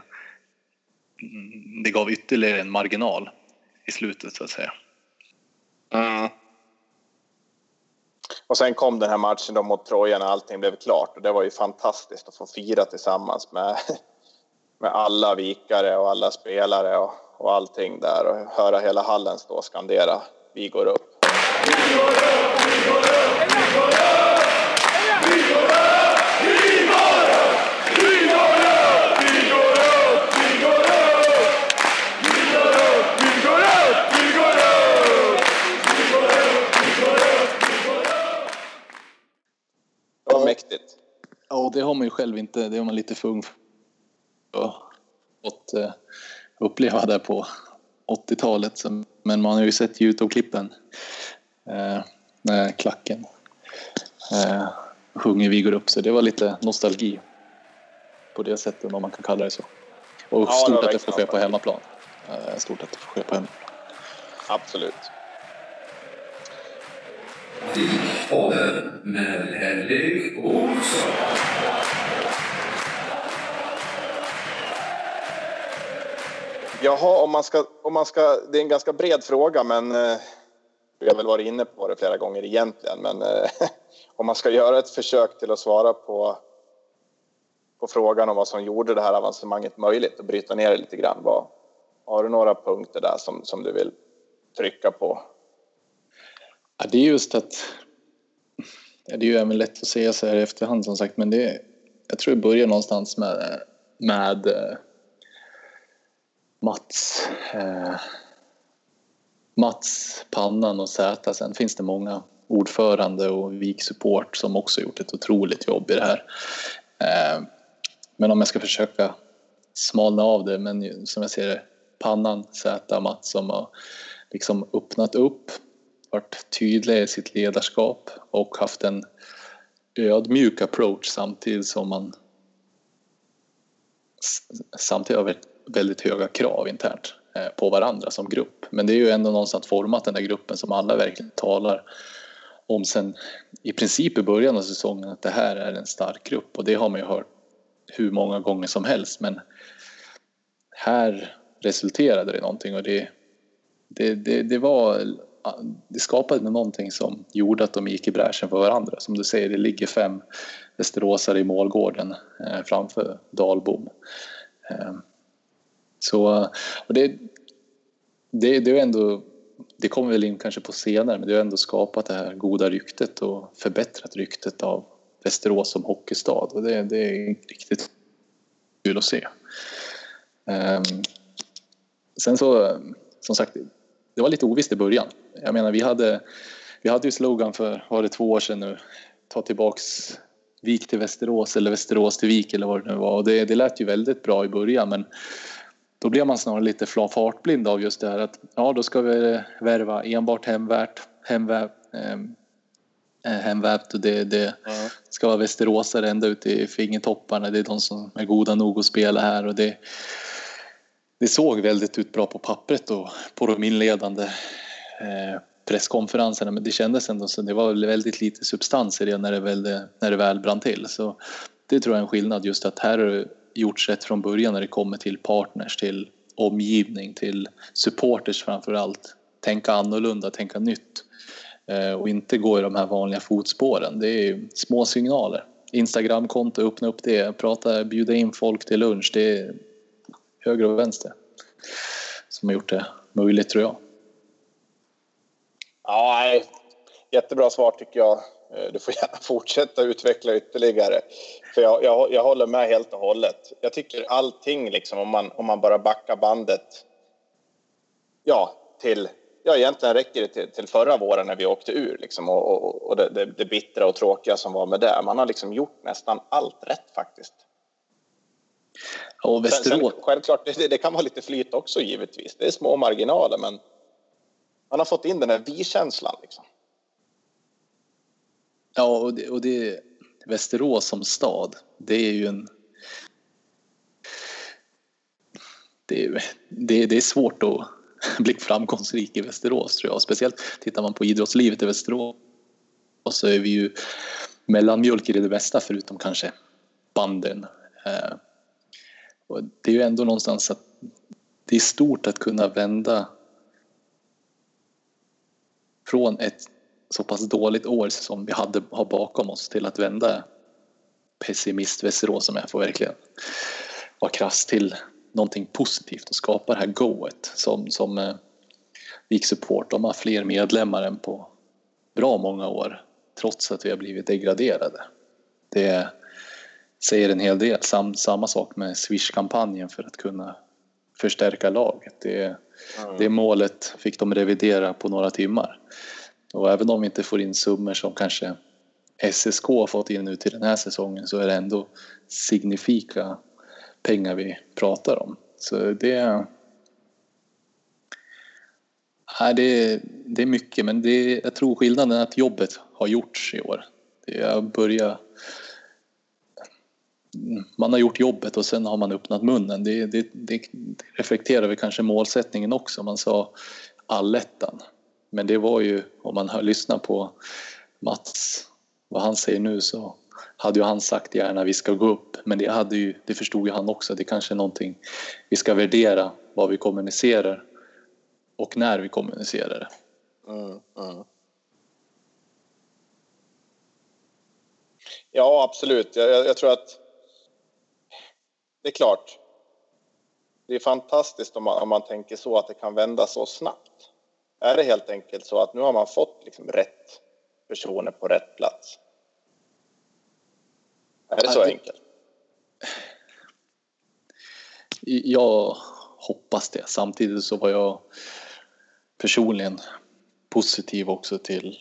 det gav ytterligare en marginal i slutet så att säga. Och sen kom den här matchen då mot Troja när allting blev klart. Och det var ju fantastiskt att få fira tillsammans med alla vikare och alla spelare och allting där. Och höra hela hallen stå och skandera: vi går upp. Vi går upp! Vi går upp! Vi går upp! Vi går upp! Vi går upp! Vi går upp! Vi går upp! Vi går upp! Vi går upp! Vi går upp! Vi går upp! Vi går upp! Vi går upp! Det var mäktigt. Ja, det har man ju själv inte. Det har man lite för ung för att uppleva där på 80-talet. Men man har ju sett YouTube-klippen när klacken sjunger vi går upp. Så det var lite nostalgi på det sättet, om man kan kalla det så. Och stort att det får ske på hemmaplan. Stort att det får ske på hemmaplan. Absolut. Podden med Henrik Olsson. Jaha, om man ska, det är en ganska bred fråga, men vi har väl varit inne på det flera gånger egentligen, men om man ska göra ett försök till att svara på frågan om vad som gjorde det här avancemanget möjligt och bryta ner det lite grann, har du några punkter där som du vill trycka på? Ja, det är just att det är ju även lätt att säga så här i efterhand som sagt, men jag tror det börjar någonstans med Mats, Pannan och Zäta. Sen finns det många ordförande och Vik-support som också gjort ett otroligt jobb i det här. Men om jag ska försöka smalna av det, men som jag ser det, Pannan, Zäta, Mats som har liksom öppnat upp, varit tydliga i sitt ledarskap och haft en ödmjuk approach samtidigt har väldigt höga krav internt på varandra som grupp. Men det är ju ändå någonstans format den där gruppen som alla verkligen talar om sen i princip i början av säsongen, att det här är en stark grupp, och det har man ju hört hur många gånger som helst, men här resulterade det någonting, och det skapade någonting som gjorde att de gick i bräschen för varandra. Som du säger, det ligger 5 västeråsare i målgården framför Dalbom. Så och det är ändå, det kommer väl in kanske på senare, men det har ändå skapat det här goda ryktet och förbättrat ryktet av Västerås som hockeystad, och det är riktigt kul att se. Sen så, som sagt, det var lite ovisst i början. Jag menar, vi hade ju slogan för, var det 2 år sedan nu, ta tillbaks Vik till Västerås eller Västerås till Vik eller vad det nu var, och det lät ju väldigt bra i början, men då blev man snarare lite fartblind av just det här att då ska vi värva enbart hemvävt, och det ska vara västeråsare ända ut i fingertopparna. Det är de som är goda nog att spela här, och det såg väldigt ut bra på pappret och på de inledande presskonferenserna, men det kändes ändå så det var väldigt lite substans i det när det väl brann till. Så det tror jag är en skillnad, just att här har det gjorts rätt från början när det kommer till partners, till omgivning, till supporters framför allt. Tänka annorlunda, tänka nytt. och inte gå i de här vanliga fotspåren. Det är små signaler. Instagramkonto, öppna upp det, bjuda in folk till lunch. Det är höger och vänster som har gjort det möjligt, tror jag. Ja, jättebra svar tycker jag. Du får gärna fortsätta utveckla ytterligare. För jag håller med helt och hållet. Jag tycker allting liksom, om man bara backar bandet egentligen räcker det till förra våren när vi åkte ur liksom, och det bittra och tråkiga som var med det. Man har liksom gjort nästan allt rätt faktiskt. Och Västerås... Sen, självklart, det kan vara lite flyt också givetvis. Det är små marginaler, men man har fått in den här vi-känslan liksom. Ja, och det Västerås som stad, det är ju det är svårt att bli framgångsrik i Västerås, tror jag. Speciellt tittar man på idrottslivet i Västerås, och så är vi ju mellanmjölk i det bästa, förutom kanske banden. Och det är ju ändå någonstans att det är stort att kunna vända från ett så pass dåligt år som vi har bakom oss till att vända pessimist Västerås, som jag får verkligen vara krass, till någonting positivt och skapa det här goet som Vik Support. De har fler medlemmar än på bra många år, trots att vi har blivit degraderade. Det säger en hel del. Samma sak med Swish-kampanjen för att kunna förstärka laget. Det målet fick de revidera på några timmar. Och även om vi inte får in summor som kanske SSK har fått in nu till den här säsongen, så är det ändå signifika pengar vi pratar om. Så det är mycket, men jag tror skillnaden är att jobbet har gjorts i år. Man har gjort jobbet och sen har man öppnat munnen. Det reflekterar vi kanske målsättningen också. Man sa allettan. Men det var ju, om man har lyssnat på Mats, vad han säger nu, så hade ju han sagt gärna vi ska gå upp. Men det förstod ju han också. Det är kanske någonting vi ska värdera, vad vi kommunicerar och när vi kommunicerar det. Ja, absolut. Jag tror att det är klart. Det är fantastiskt om man tänker så, att det kan vända så snabbt. Är det helt enkelt så att nu har man fått liksom rätt personer på rätt plats? Är det så enkelt? Jag hoppas det. Samtidigt så var jag personligen positiv också till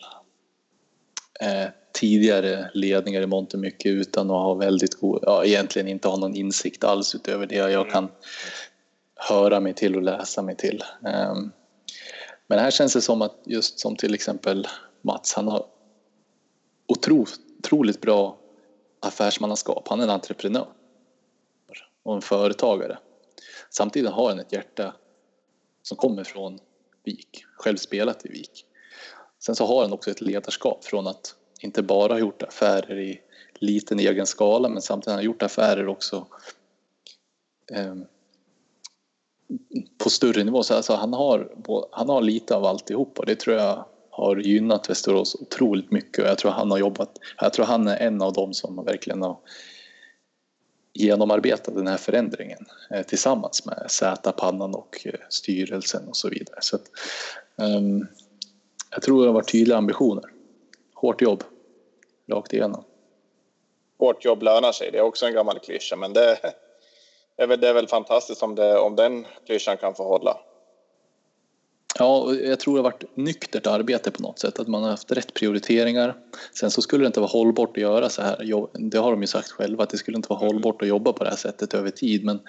tidigare ledningar i mångt och mycket, utan att ha väldigt egentligen inte ha någon insikt alls utöver det jag kan höra mig till och läsa mig till. Men här känns det som att, just som till exempel Mats, han har otroligt bra affärsmannaskap. Han är en entreprenör och en företagare. Samtidigt har han ett hjärta som kommer från Vik, själv spelat i Vik. Sen så har han också ett ledarskap från att inte bara ha gjort affärer i liten egen skala, men samtidigt har han gjort affärer också på större nivå. Så alltså han har lite av alltihop, och det tror jag har gynnat Västerås otroligt mycket. Och jag tror han är en av dem som verkligen har genomarbetat den här förändringen tillsammans med Z-pannan och styrelsen och så vidare. Så att, jag tror det har varit tydliga ambitioner. Hårt jobb rakt igenom. Hårt jobb lönar sig. Det är också en gammal klyscha, men det är väl fantastiskt om den klyschan kan få hålla. Ja, och jag tror det har varit nyktert arbete på något sätt. Att man har haft rätt prioriteringar. Sen så skulle det inte vara hållbart att göra så här. Det har de ju sagt själva, att det skulle inte vara hållbart att jobba på det här sättet över tid. Men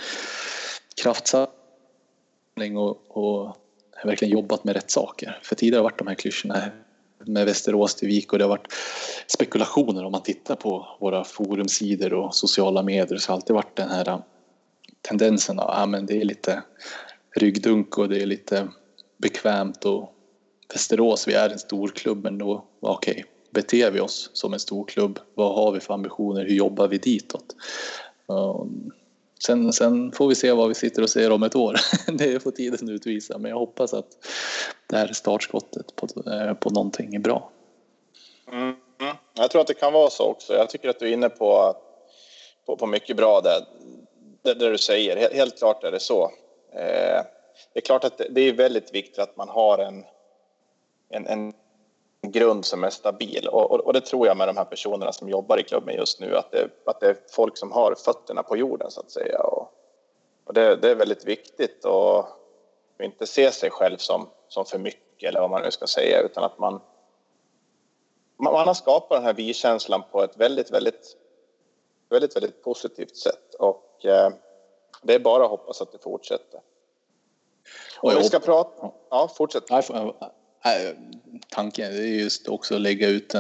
kraftsamling och verkligen jobbat med rätt saker. För tidigare har det varit de här klyschorna med Västerås till Vik, och det har varit spekulationer. Om man tittar på våra forumsidor och sociala medier, så har alltid varit den här tendensen att men det är lite ryggdunk och det är lite bekvämt, och Västerås, vi är en stor klubb, men då okej, beter vi oss som en stor klubb? Vad har vi för ambitioner? Hur jobbar vi ditåt? Sen får vi se vad vi sitter och ser om ett år. Det får tiden utvisa. Men jag hoppas att det här startskottet på någonting är bra. Jag tror att det kan vara så också. Jag tycker att du är inne på mycket bra där du säger. Helt klart är det så. Det är klart att det är väldigt viktigt att man har en grund som är stabil. Och det tror jag med de här personerna som jobbar i klubben just nu. Att det är folk som har fötterna på jorden så att säga. Och det är väldigt viktigt att inte se sig själv som för mycket eller vad man nu ska säga. Utan att man har skapat den här vi-känslan på ett väldigt, väldigt, väldigt, väldigt positivt sätt. Och det är bara att hoppas att det fortsätter. Och vi ska prata... Ja, fortsätt. Tanken är just också att lägga ut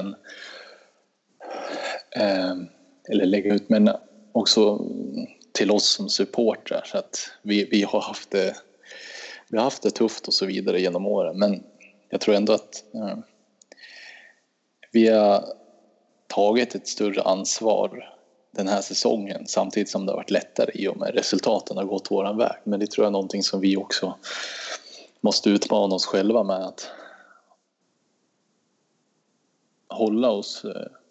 men också till oss som supportrar, så att vi har haft det tufft och så vidare genom åren, men jag tror ändå att vi har tagit ett större ansvar den här säsongen, samtidigt som det har varit lättare i och med resultaten har gått våran väg. Men det tror jag är någonting som vi också måste utmana oss själva med, att hålla oss,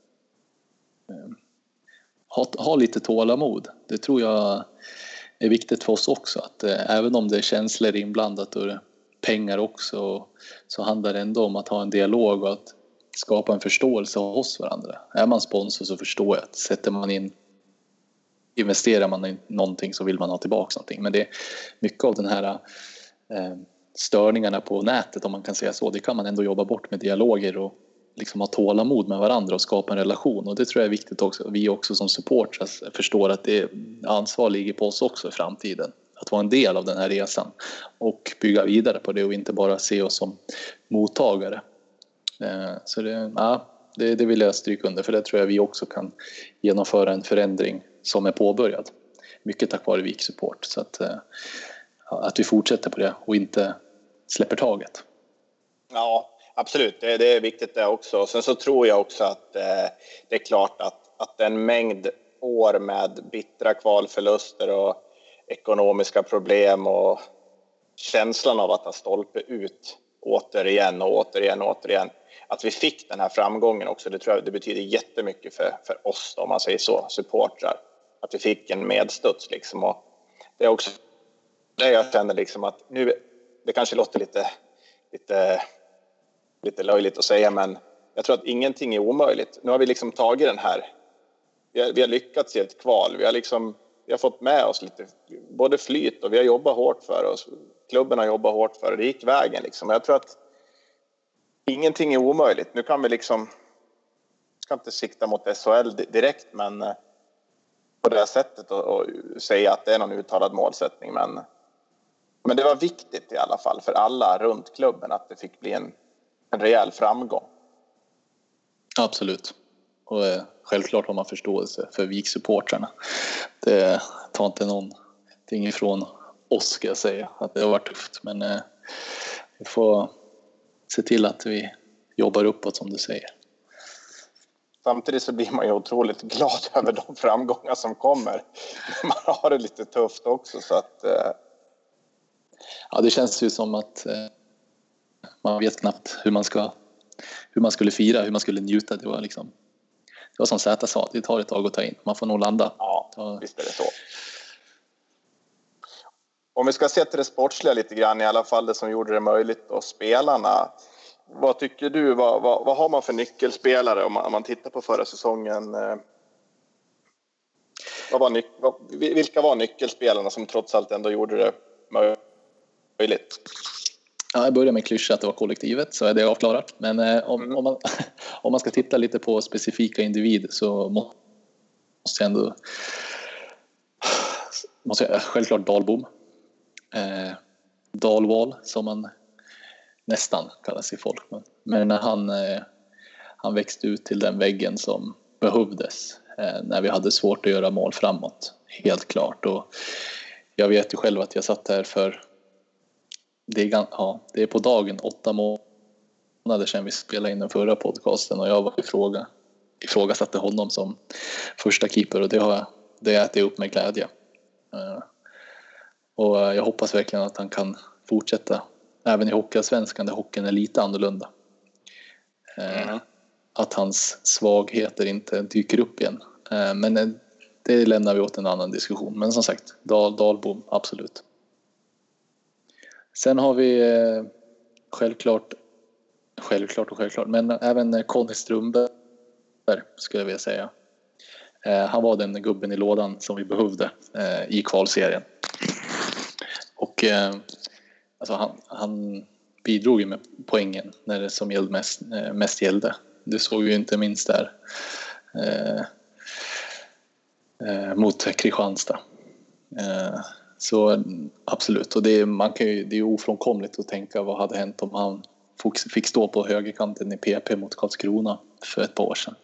ha lite tålamod. Det tror jag är viktigt för oss också, att även om det är känslor inblandat och pengar också, så handlar det ändå om att ha en dialog och att skapa en förståelse hos varandra. Är man sponsor så förstår jag att investerar man i någonting så vill man ha tillbaka någonting. Men det är mycket av den här störningarna på nätet, om man kan säga så, det kan man ändå jobba bort med dialoger och liksom ha tålamod med varandra och skapa en relation. Och det tror jag är viktigt också. Vi också som supporters förstår att det ansvar ligger på oss också i framtiden. Att vara en del av den här resan och bygga vidare på det och inte bara se oss som mottagare. Så det vill jag stryka under, för det tror jag vi också kan genomföra en förändring som är påbörjad. Mycket tack vare Vik Support. Så att vi fortsätter på det och inte släpper taget. Ja, absolut. Det är viktigt det också. Sen så tror jag också att det är klart att en mängd år med bittra kvalförluster och ekonomiska problem och känslan av att ha stolpe ut återigen, att vi fick den här framgången också, det tror jag det betyder jättemycket för oss då, om man säger så, supportrar, att vi fick en medstuds liksom. Och det är också det jag känner liksom, att nu, det kanske låter lite löjligt att säga, men jag tror att ingenting är omöjligt. Nu har vi liksom tagit den här, vi har lyckats i ett kval, vi har fått med oss lite både flyt och vi har jobbat hårt för oss, klubben har jobbat hårt för det gick vägen liksom. Jag tror att ingenting är omöjligt. Nu kan vi liksom, ska inte sikta mot SHL direkt, men på det här sättet och säga att det är någon uttalad målsättning, men det var viktigt i alla fall för alla runt klubben att det fick bli en rejäl framgång. Absolut. Och självklart har man förståelse för Vik-supportrarna. Det tar inte någonting ifrån oss, ska jag säga, att det har varit tufft. Men vi får se till att vi jobbar uppåt, som du säger. Samtidigt så blir man ju otroligt glad över de framgångar som kommer. Man har det lite tufft också, så att... Ja, det känns ju som att man vet knappt hur man skulle fira, hur man skulle njuta. Det var som Zäta sa, det tar ett tag att ta in. Man får nog landa. Ja, visst är det så. Om vi ska se till det sportsliga lite grann, i alla fall det som gjorde det möjligt, och spelarna. Vad tycker du, vad har man för nyckelspelare om man tittar på förra säsongen? Vilka var nyckelspelarna som trots allt ändå gjorde det möjligt? Ja, jag börjar med klyscha att det var kollektivet, så är det avklarat. Men om man ska titta lite på specifika individer, så måste jag självklart Dahlbom. Dahlwall, som man nästan kallar sig folk. Men när han växte ut till den väggen som behövdes när vi hade svårt att göra mål framåt, helt klart. Och jag vet ju själv att jag satt här för det är på dagen 8 månader sedan vi spelade in den förra podcasten, och jag ifrågasatte honom som första keeper, och det äter jag upp med glädje. Och jag hoppas verkligen att han kan fortsätta även i Hockeyallsvenskan där hockeyn är lite annorlunda. Att hans svagheter inte dyker upp igen. Men det lämnar vi åt en annan diskussion. Men som sagt, Dahlbom, absolut. Sen har vi självklart, men även Conny Strömberg skulle jag vilja säga. Han var den gubben i lådan som vi behövde i kvalserien. Och alltså han bidrog ju med poängen när det som gällde mest gällde. Det såg ju inte minst där mot Kristianstad. Så absolut, och det är ofrånkomligt att tänka vad hade hänt om han fick stå på högerkanten i PP mot Karlskrona för ett par år sedan.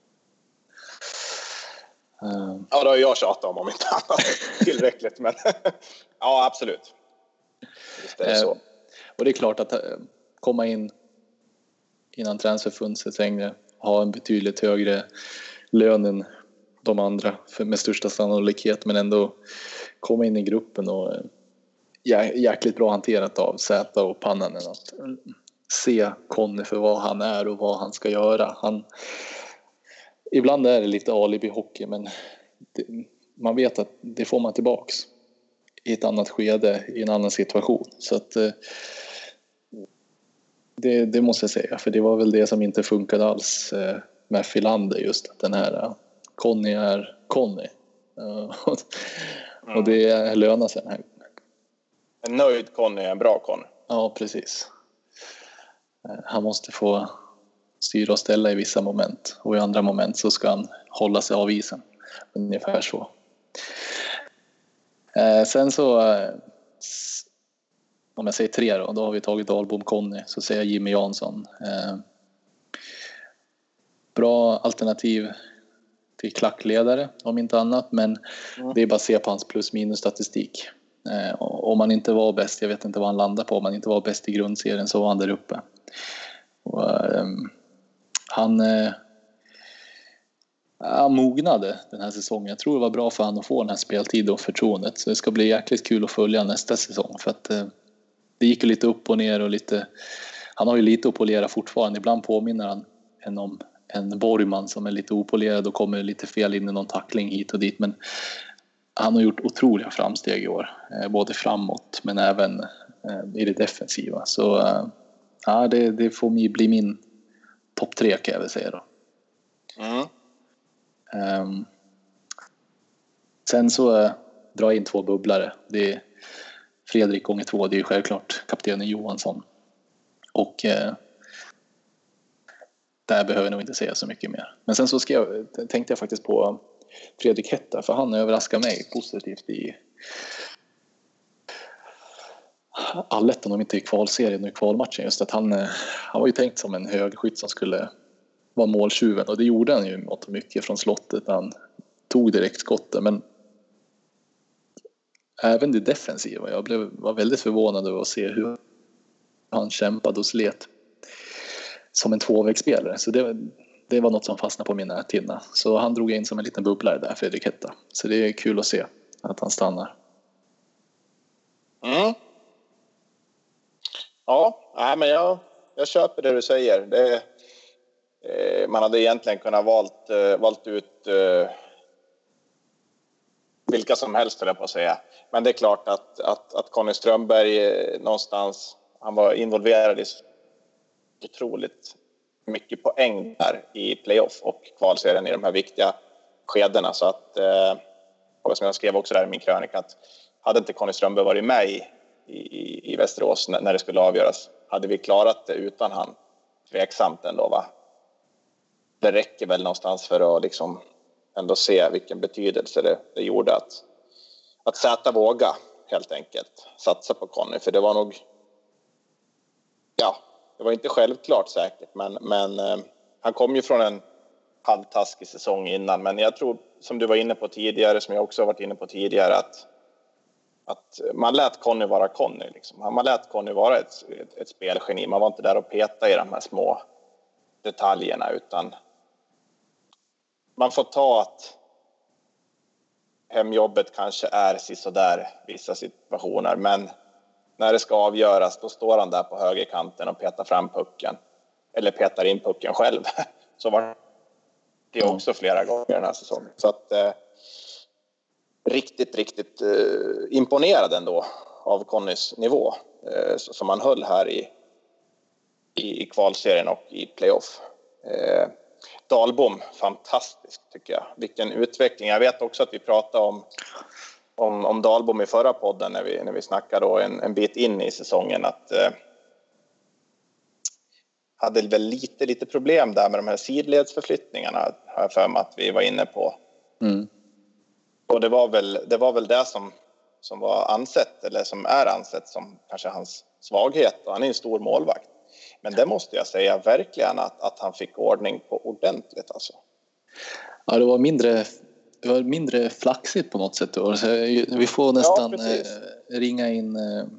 Ja, det har jag tjatat om inte annat tillräckligt, men ja, absolut. Just det är så. Och det är klart att komma in innan transferfönstret längre, ha en betydligt högre lön än de andra med största sannolikhet, men ändå komma in i gruppen och jäkligt bra hanterat av Zäta och Pannanen att se Conny för vad han är och vad han ska göra. Ibland är det lite alibi-hockey, men man vet att det får man tillbaks i ett annat skede, i en annan situation. Så att det måste jag säga, för det var väl det som inte funkade alls med Filander, just att den här Conny är Conny. Och det lönar sig den här. En nöjd Conny är en bra Conny. Ja, precis. Han måste få styra och ställa i vissa moment, och i andra moment så ska han hålla sig av isen. Ungefär så. Sen så om jag säger 3 då har vi tagit Dahlbom, Conny, så säger jag Jimmy Jansson. Bra alternativ till klackledare om inte annat, men det är bara att se på hans plus minus statistik. Om han inte var bäst, jag vet inte vad han landar på, om han inte var bäst i grundserien så var han där uppe. Och, han mognade den här säsongen. Jag tror det var bra för han att få den här speltiden och förtroendet, så det ska bli jäkligt kul att följa nästa säsong, för att det gick ju lite upp och ner och lite, han har ju lite att polera fortfarande. Ibland påminner han om en Borgman som är lite opolerad och kommer lite fel in i någon tackling hit och dit, men han har gjort otroliga framsteg i år, både framåt men även i det defensiva. Så ja, det får bli min topp 3 kan jag väl säga då. Sen så drar jag in 2 bubblare. Det är Fredrik gånger 2, det är ju självklart kaptenen Johansson. Och där behöver jag nog inte säga så mycket mer. Men sen så tänkte jag faktiskt på Fredrik Hetta, för han överraskar mig positivt i allettan, om inte i kvalserien och i kvalmatchen. Just att han var ju tänkt som en högskytt som skulle vara måltjuven, och det gjorde han ju något mycket från slottet när han tog direkt skottet. Men även det defensiva, jag var väldigt förvånad över att se hur han kämpade och slet som en tvåvägsspelare. Så det var något som fastnade på min näthinna. Så han drog in som en liten bubblare där, Fredrik Hetta. Så det är kul att se att han stannar. Ja, men jag köper det du säger. Man hade egentligen kunnat valt ut vilka som helst, höll jag på att säga. Men det är klart att Conny Strömberg någonstans, han var involverad i otroligt mycket poäng där i playoff och kvalserien i de här viktiga skedena. Så att, och som jag skrev också där i min krönika, att hade inte Conny Strömberg varit med i Västerås när det skulle avgöras, hade vi klarat det utan han? Tveksamt ändå, va? Det räcker väl någonstans för att liksom ändå se vilken betydelse det gjorde att Zäta våga helt enkelt satsa på Conny. För det var nog, det var inte självklart säkert, men han kom ju från en halvtaskig säsong innan. Men jag tror, som du var inne på tidigare, som jag också har varit inne på tidigare, att man lät Conny vara Conny. Liksom. Man lät Conny vara ett spelgeni. Man var inte där och peta i de här små detaljerna, utan man får ta hemjobbet kanske är sådär vissa situationer, men när det ska avgöras då står han där på högerkanten och petar fram pucken eller petar in pucken själv. Så var det också flera gånger den här säsongen. Så att riktigt imponerad ändå av Connys nivå som han höll här i kvalserien och i playoff. Dahlbom, fantastiskt tycker jag. Vilken utveckling. Jag vet också att vi pratade om Dahlbom i förra podden när vi snackade då en bit in i säsongen, att hade väl lite problem där med de här sidledsförflyttningarna, har jag för mig att vi var inne på. Och det var väl det som var ansett, eller som är ansett som kanske hans svaghet, och han är en stor målvakt. Men det måste jag säga verkligen att han fick ordning på ordentligt alltså. Ja, det var mindre flaxigt på något sätt då. Så vi får nästan ringa in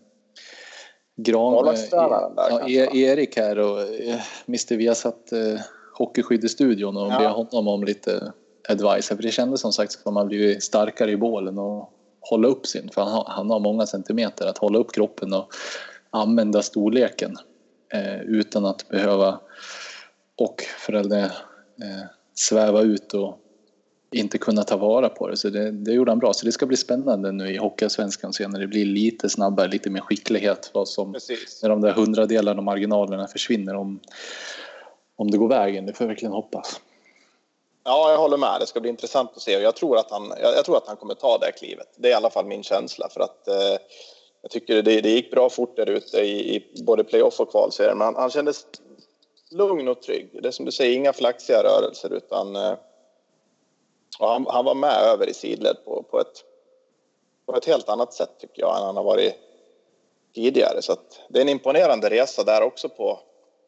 Erik här och Mr. Viasat hockeyskydd i studion och be honom om lite advice. För det kändes som sagt som att man blivit starkare i bålen och hålla upp sin. För han har många centimeter att hålla upp kroppen och använda storleken utan att behöva och föräldrar sväva ut och inte kunna ta vara på det. Så det gjorde han bra. Så det ska bli spännande nu i Hockeyallsvenskan sen när det blir lite snabbare, lite mer skicklighet. När de där 100-delarna och marginalerna försvinner om det går vägen. Det får jag verkligen hoppas. Ja, jag håller med. Det ska bli intressant att se. Och jag tror att han kommer ta det klivet. Det är i alla fall min känsla. För att jag tycker det gick bra fort där ute i både playoff och kvalserien. Men han kändes lugn och trygg. Det är som du säger, inga flaxiga rörelser utan... Och han var med över i sidled på ett helt annat sätt tycker jag än han har varit tidigare. Så att det är en imponerande resa där också på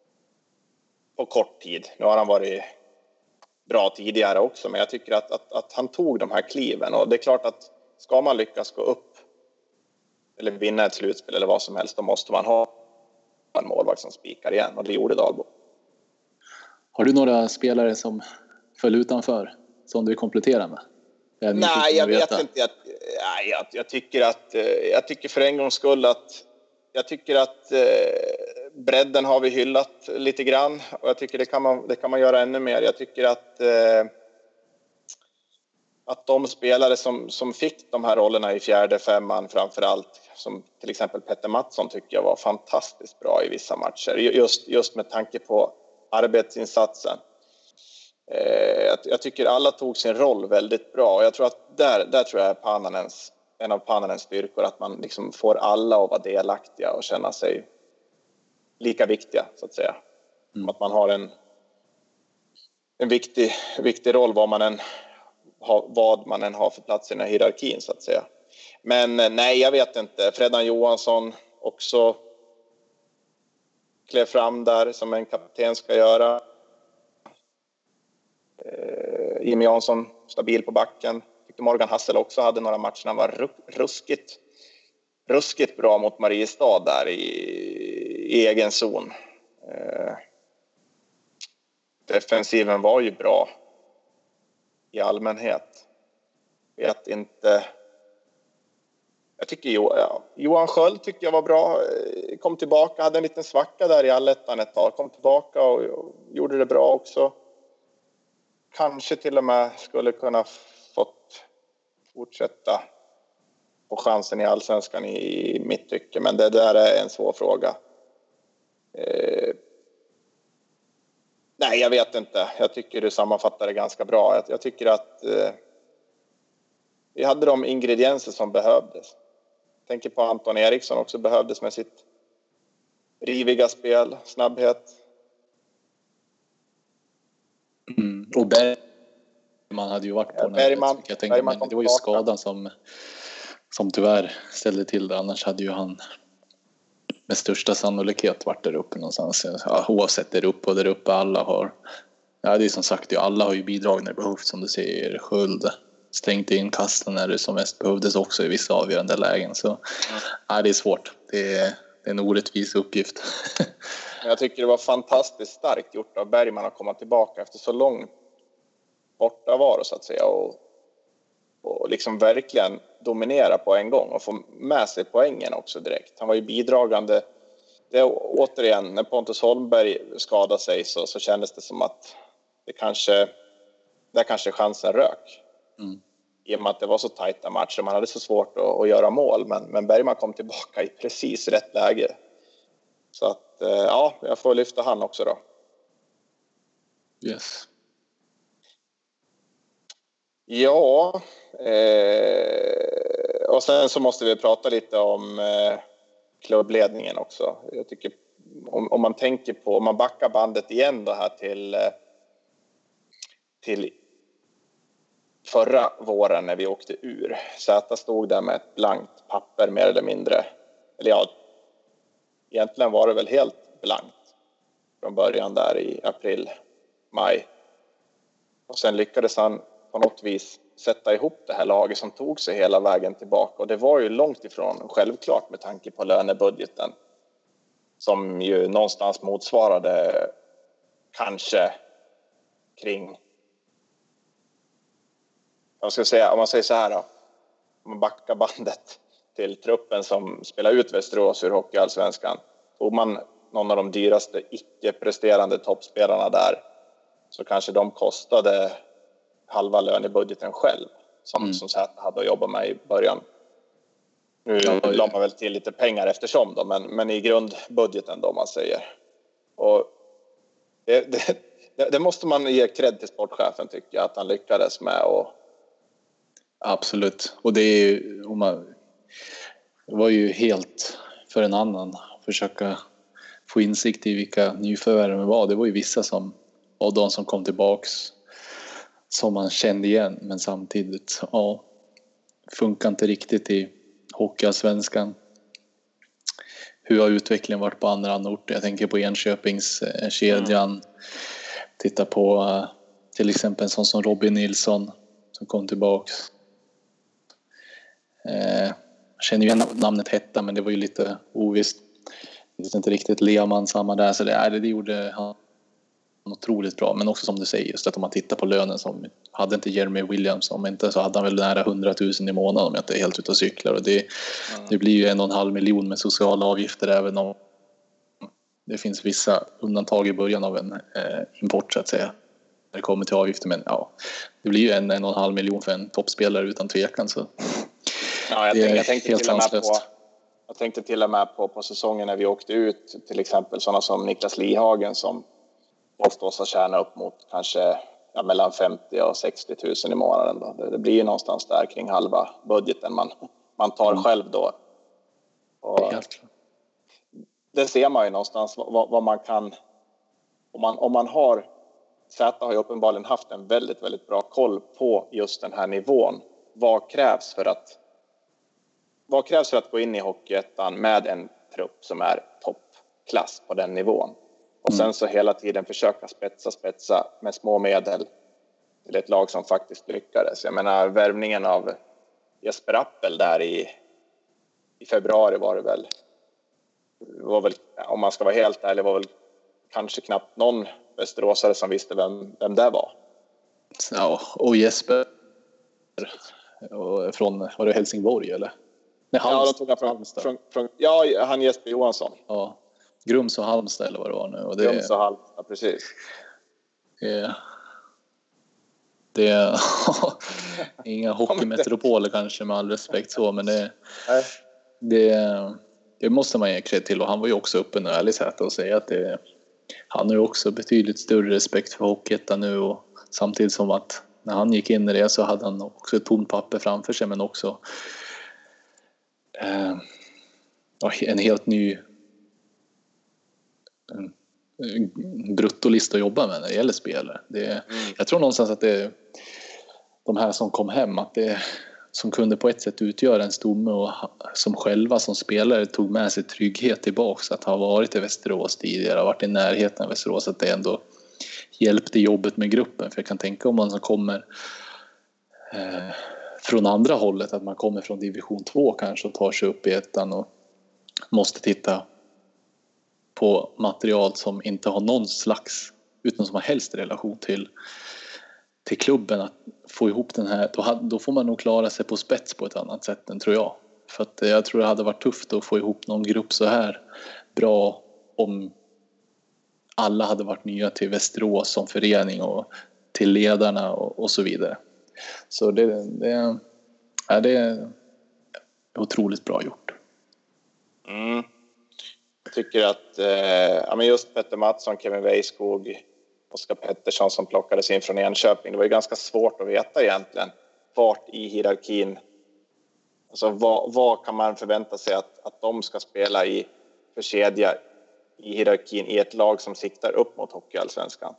kort tid. Nu har han varit bra tidigare också, men jag tycker att han tog de här kliven. Och det är klart att ska man lyckas gå upp eller vinna ett slutspel eller vad som helst, då måste man ha en målvakt som spikar igen. Och det gjorde Dahlbo. Har du några spelare som föll utanför som du kompletterar med? Nej, jag vet inte. Jag tycker för en gångs skull att bredden har vi hyllat lite grann. Och jag tycker det kan man göra ännu mer. Jag tycker att de spelare som fick de här rollerna i fjärde femman framförallt, som till exempel Petter Mattsson, tycker jag var fantastiskt bra i vissa matcher. Just med tanke på arbetsinsatsen. Jag tycker alla tog sin roll väldigt bra. Och jag tror att där tror jag är en av Pannanens styrkor, att man liksom får alla att vara delaktiga och känna sig lika viktiga, så att säga. Att man har en viktig roll vad man än har för plats i den här hierarkin, så att säga. Men nej, jag vet inte. Fredan Johansson också klev fram där som en kapten ska göra. Jimmy Jansson stabil på backen. Tyckte Morgan Hassel också hade några matcher. Han var ruskigt bra mot Mariestad där i egen zon. Defensiven var ju bra i allmänhet. Vet inte. Jag tycker Johan Sköld tycker jag var bra. Kom tillbaka, hade en liten svacka där i allettan ett tag. Kom tillbaka och gjorde det bra också. Kanske till och med skulle kunna fått fortsätta få chansen i allsvenskan i mitt tycke. Men det där är en svår fråga. Nej, jag vet inte. Jag tycker du sammanfattar det ganska bra. Jag tycker att vi hade de ingredienser som behövdes. Jag tänker på Anton Eriksson också behövdes med sitt riviga spel, snabbhet. Och Bergman hade ju varit på Bergman, jag tänkte, men det var ju skadan som tyvärr ställde till det. Annars hade ju han med största sannolikhet varit där uppe någonstans. Ja, oavsett där uppe alla har. Ja, det är som sagt, alla har ju bidrag när det behövs, som du säger. Sköld stängt in kasten när det som mest behövdes också i vissa avgörande lägen. Så ja, det är svårt. Det är en orättvis uppgift. Jag tycker det var fantastiskt starkt gjort av Bergman att komma tillbaka efter så lång bortavaro, så att säga, och och liksom verkligen dominera på en gång och få med sig poängen också direkt. Han var ju bidragande. Det återigen, när Pontus Holmberg skadade sig så kändes det som att där kanske chansen rök. I och med att det var så tajta matcher. Man hade så svårt att göra mål. Men Bergman kom tillbaka i precis rätt läge. Så att ja, jag får lyfta han också då. Yes. Ja. Och sen så måste vi prata lite om klubbledningen också. Jag tycker om man tänker på, om man backar bandet igen då här till förra våren när vi åkte ur. Zäta stod där med ett blankt papper mer eller mindre. Eller ja, egentligen var det väl helt blankt från början där i april, maj. Och sen lyckades han på något vis sätta ihop det här laget som tog sig hela vägen tillbaka. Och det var ju långt ifrån självklart med tanke på lönebudgeten. Som ju någonstans motsvarade kanske kring... Jag ska säga, om man säger så här då. Om man backar bandet till truppen som spelar ut Västerås ur Hockeyallsvenskan. Tog man någon av de dyraste icke-presterande toppspelarna där. Så kanske de kostade halva lönebudgeten själv. Som Zäta hade att jobba med i början. Nu la man väl till lite pengar eftersom då. Men i grundbudgeten då man säger. Och det måste man ge cred till sportchefen tycker jag. Att han lyckades med och... Absolut. Och det är ju, det var ju helt för en annan att försöka få insikt i vilka nyförvärv det var. Det var ju vissa som var de som kom tillbaks som man kände igen, men samtidigt funkar inte riktigt i Hockeyallsvenskan. Hur har utvecklingen varit på andra orter? Jag tänker på Enköpings kedjan. Titta på till exempel en sån som Robin Nilsson som kom tillbaks. Jag känner ju igen namnet Hetta, men det var ju lite ovisst. Jag vet inte riktigt. Lehmann samma där, så det gjorde han otroligt bra. Men också som du säger, just att om man tittar på lönen, som hade inte Jeremy Williams, om inte så hade han väl nära 100 000 i månaden om jag inte är helt ute och cyklar. Och det blir ju 1,5 miljon med sociala avgifter, även om det finns vissa undantag i början av en import så att säga. När det kommer till avgifter, men ja, det blir ju 1,5 miljon för en toppspelare utan tvekan. Så ja, jag tänkte till och med på säsongen när vi åkte ut, till exempel sådana som Niklas Lihagen som påstås ha tjänat upp mot kanske mellan 50 och 60 000 i månaden då. Det blir ju någonstans där kring halva budgeten man tar själv då. Och det ser man ju någonstans vad man kan, om man har... Zäta har ju uppenbarligen haft en väldigt, väldigt bra koll på just den här nivån. Vad krävs för att gå in i Hockeyettan med en trupp som är toppklass på den nivån? Och sen så hela tiden försöka spetsa med små medel till ett lag som faktiskt lyckades. Jag menar, värvningen av Jesper Appel där i februari var väl, om man ska vara helt ärlig, var väl kanske knappt någon västeråsare som visste vem det var. Ja, och Jesper från, var det Helsingborg eller? Nej, Halmstad. Ja, de tog från han Jesper Johansson. Ja, Grums och Halmstad eller vad det var nu. Och Grums och Halmstad, precis. Det är inga hockeymetropoler kanske, med all respekt så, men det måste man ge cred till. Och han var ju också uppe nu, ärligt sagt, och säga att han har ju också betydligt större respekt för Hockeyettan nu, och samtidigt som att när han gick in i det så hade han också ett tomt papper framför sig, men också en helt ny bruttolista att jobba med när det gäller spelare. Jag tror någonstans att det är de här som kom hem, att det som kunde på ett sätt utgöra en stomme, och som själva som spelare tog med sig trygghet tillbaks, att ha varit i Västerås tidigare, varit i närheten av Västerås, att det ändå hjälpte jobbet med gruppen. För jag kan tänka om man som kommer från andra hållet, att man kommer från division 2 kanske och tar sig upp i ettan och måste titta på material som inte har någon slags, utan som har helst relation till klubben att få ihop den här, då får man nog klara sig på spets på ett annat sätt än tror jag. För att jag tror det hade varit tufft att få ihop någon grupp så här bra om alla hade varit nya till Västerås som förening och till ledarna och så vidare. Så det är otroligt bra gjort. Jag tycker att just Petter Mattsson, Kevin Weiskog, Oskar Pettersson som plockades in från Enköping. Det var ju ganska svårt att veta egentligen vart i hierarkin, alltså vad kan man förvänta sig att de ska spela i för kedja i hierarkin i ett lag som siktar upp mot Hockeyallsvenskan.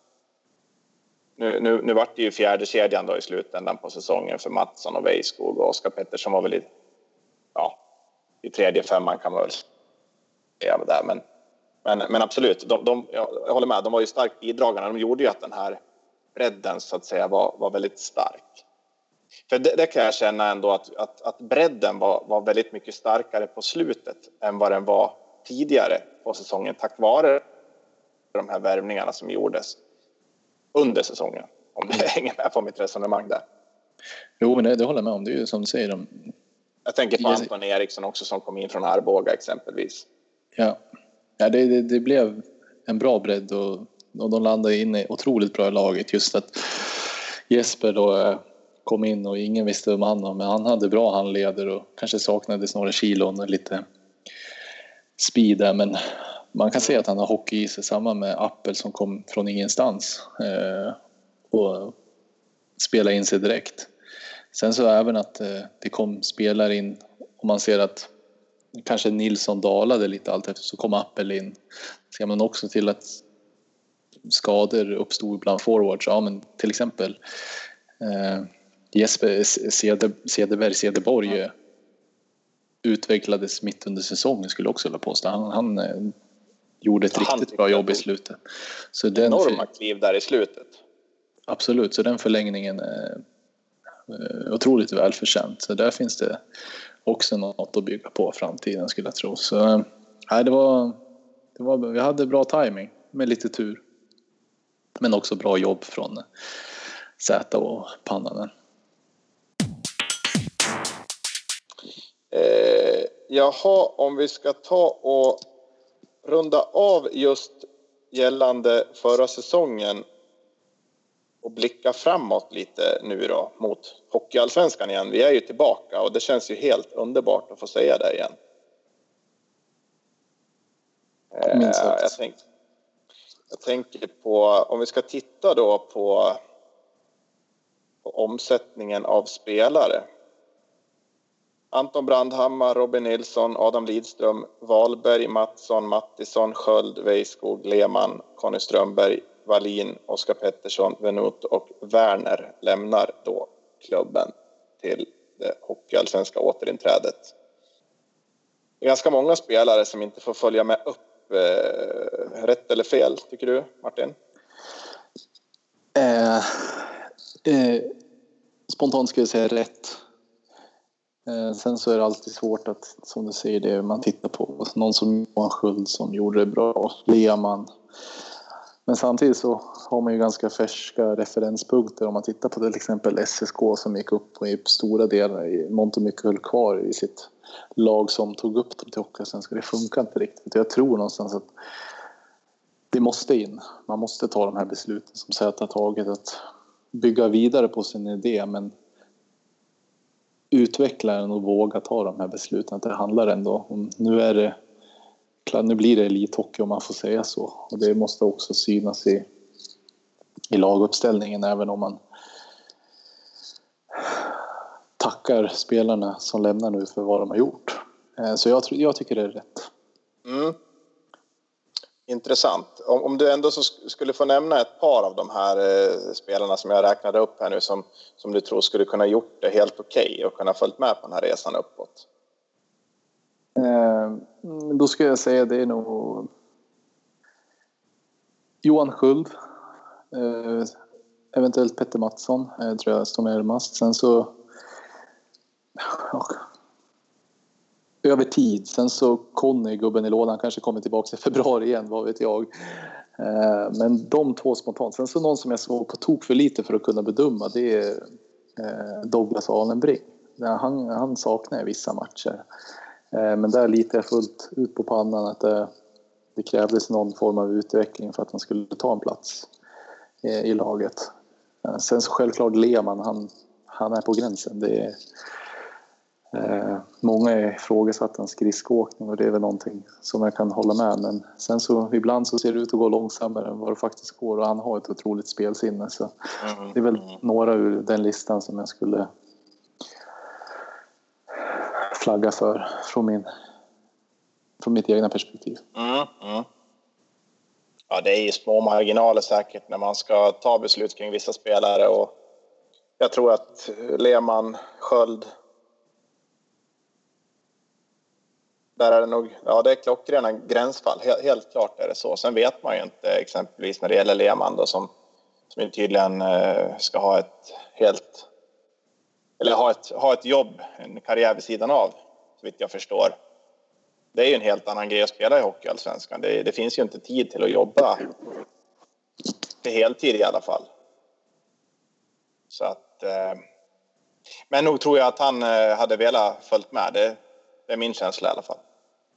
Nu vart det ju fjärde kedjan då i slutändan på säsongen för Mattsson och Weiskog, och Oskar Pettersson var väl i tredje femman kan man väl säga där, men absolut, jag håller med, de var ju starkt bidragande. De gjorde ju att den här bredden så att säga var väldigt stark. För det kan jag känna ändå att bredden var väldigt mycket starkare på slutet än vad den var tidigare på säsongen, tack vare de här värvningarna som gjordes under säsongen. Om det hänger med på mitt resonemang där. Jo, men det håller jag med om. Det är ju som du säger. Jag tänker på Anton Eriksson också som kom in från Arboga exempelvis. Ja, det blev en bra bredd och de landade in i otroligt bra i laget. Just att Jesper då kom in och ingen visste om han, men han hade bra handleder och kanske saknades några kilon och lite speed där, men man kan se att han har hockey i sig, samma med Appel som kom från ingenstans och spelade in sig direkt. Sen så även att det kom spelare in och man ser att kanske Nilsson dalade lite allt efter, så kom Appel in. Ser man också till att skador uppstod bland forwards, ja men till exempel Jesper Cederborg utvecklades mitt under säsongen, skulle också vilja påstå. Han gjorde ett riktigt bra jobb i slutet. Så den enorma kliv där i slutet. Absolut, så den förlängningen är otroligt välförtjänt. Så där finns det också något att bygga på framtiden, skulle jag tro. Så nej, vi hade bra timing med lite tur. Men också bra jobb från Zäta och Pannanen. Jaha, om vi ska ta och runda av just gällande förra säsongen och blicka framåt lite nu då mot Hockeyallsvenskan igen. Vi är ju tillbaka och det känns ju helt underbart att få säga det igen. Jag tänker på, om vi ska titta då på omsättningen av spelare. Anton Brandhammar, Robin Nilsson, Adam Lidström, Wahlberg, Mattsson, Mattisson, Sköld, Weiskog, Lehmann, Conny Strömberg, Wallin, Oskar Pettersson, Venut och Werner lämnar då klubben till det hockeyallsvenska återinträdet. Det är ganska många spelare som inte får följa med upp. Rätt eller fel, tycker du, Martin? Spontant skulle jag säga rätt. Sen så är det alltid svårt att, som du säger, det man tittar på någon som Johan Sköld som gjorde det bra, Lehmann. Men samtidigt så har man ju ganska färska referenspunkter om man tittar på till exempel SSK som gick upp och i stora delar i mångt och mycket höll kvar i sitt lag som tog upp dem till Hockeyallsvenskan. Det funkar inte riktigt. Jag tror någonstans att det måste in. Man måste ta de här besluten som Zäta har tagit, att bygga vidare på sin idé, men utveckla den och våga ta de här besluten. Att det handlar ändå om, nu blir det elithockey om man får säga så. Och det måste också synas i laguppställningen, även om man tackar spelarna som lämnar nu för vad de har gjort. Så jag tycker det är rätt. Intressant. Om du ändå så skulle få nämna ett par av de här spelarna som jag räknade upp här nu som du tror skulle kunna gjort det helt okej och kunna följt med på den här resan uppåt. Då ska jag säga det är nog Johan Sköld, eventuellt Petter Mattsson, tror jag står närmast. Sen så över tid. Sen så Conny, gubben i lådan, kanske kommer tillbaka i februari igen, vad vet jag. Men de två spontant. Sen så någon som jag såg på tok för lite för att kunna bedöma, det är Douglas Alenbrink. Han saknar vissa matcher. Men där litar jag fullt ut på pannan att det krävdes någon form av utveckling för att han skulle ta en plats i laget. Sen så självklart Lehmann, han är på gränsen. Det är, många är ifrågasatt hans skridskoåkning och det är väl någonting som jag kan hålla med. Men sen så ibland så ser det ut att gå långsammare än vad det faktiskt går och han har ett otroligt spelsinne. Så det är väl några ur den listan som jag skulle flagga för från mitt egna perspektiv. Ja, det är ju små marginaler säkert när man ska ta beslut kring vissa spelare och jag tror att Lehmann, Sköld, där är det nog, ja det är klockrena gränsfall, helt klart är det så. Sen vet man ju inte exempelvis när det gäller Lehmann då som tydligen ska ha ha ett jobb, en karriär vid sidan av, så vitt jag förstår. Det är ju en helt annan grej att spela i hockeyallsvenskan. Det finns ju inte tid till att jobba till heltid i alla fall. Så att, men nog tror jag att han hade velat följt med. Det är min känsla i alla fall.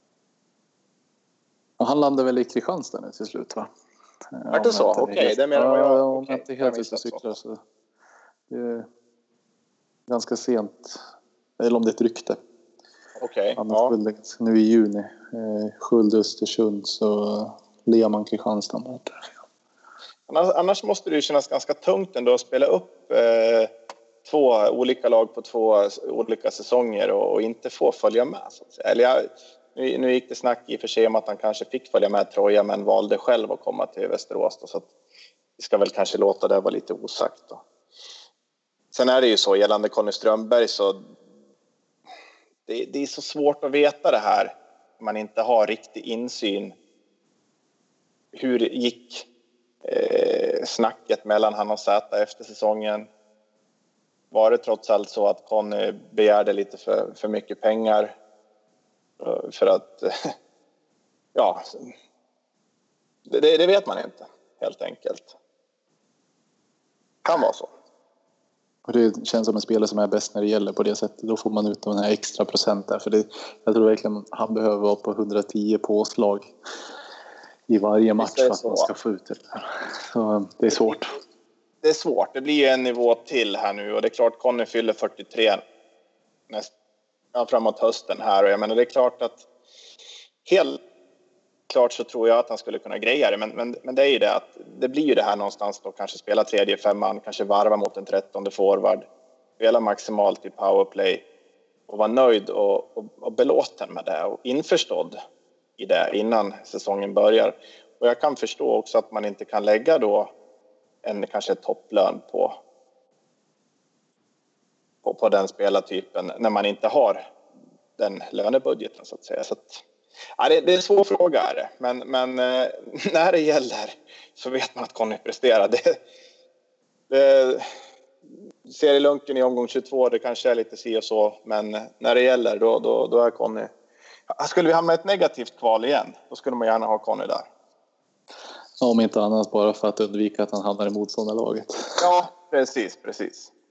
Och han landade väl i Kristianstad nu till slut, va? Är det så? Okej, det menar jag. Om jag inte helt ute och cyklar så det är ganska sent. Eller om det är ett rykte. Okej, ja. Nu i juni. Sköld Östersund så Lehmann Kristianstad. Annars måste det ju kännas ganska tungt ändå att spela upp 2 olika lag på 2 olika säsonger och inte få följa med. Så att säga. Eller nu gick det snack i och för sig om att han kanske fick följa med Troja men valde själv att komma till Västerås. Då, så att vi ska väl kanske låta det vara lite osagt. Då. Sen är det ju så, gällande Conny Strömberg så det är så svårt att veta det här. Man inte har riktig insyn. Hur gick snacket mellan han och Zäta efter säsongen? Var det trots allt så att Conny begärde lite för mycket pengar? För att, ja, det vet man inte helt enkelt. Kan vara så. Och det känns som en spelare som är bäst när det gäller på det sättet. Då får man ut den här extra procenten. För jag tror verkligen han behöver vara på 110 påslag i varje match för att man ska få ut det. Så det är svårt. Det är svårt. Det blir ju en nivå till här nu. Och det är klart Conny fyller 43 framåt hösten här. Och jag menar det är klart att helt klart så tror jag att han skulle kunna greja det. Men det är ju det att det blir ju det här någonstans då. Kanske spela 3:e, 5:an, kanske varva mot en 13:e forward. Spela maximalt i powerplay. Och vara nöjd och belåten med det. Och införstådd i det innan säsongen börjar. Och jag kan förstå också att man inte kan lägga då kanske topplön på den spelartypen när man inte har den lönebudgeten så att säga. Så att, ja, det är en svår fråga är det. Men när det gäller så vet man att Conny presterar. Serielunken i omgång 22 det kanske är lite si och så. Men när det gäller då är Conny. Skulle vi hamna i ett negativt kval igen då skulle man gärna ha Conny där. Om inte annat bara för att undvika att han hamnar i motståndarlaget. Ja, precis.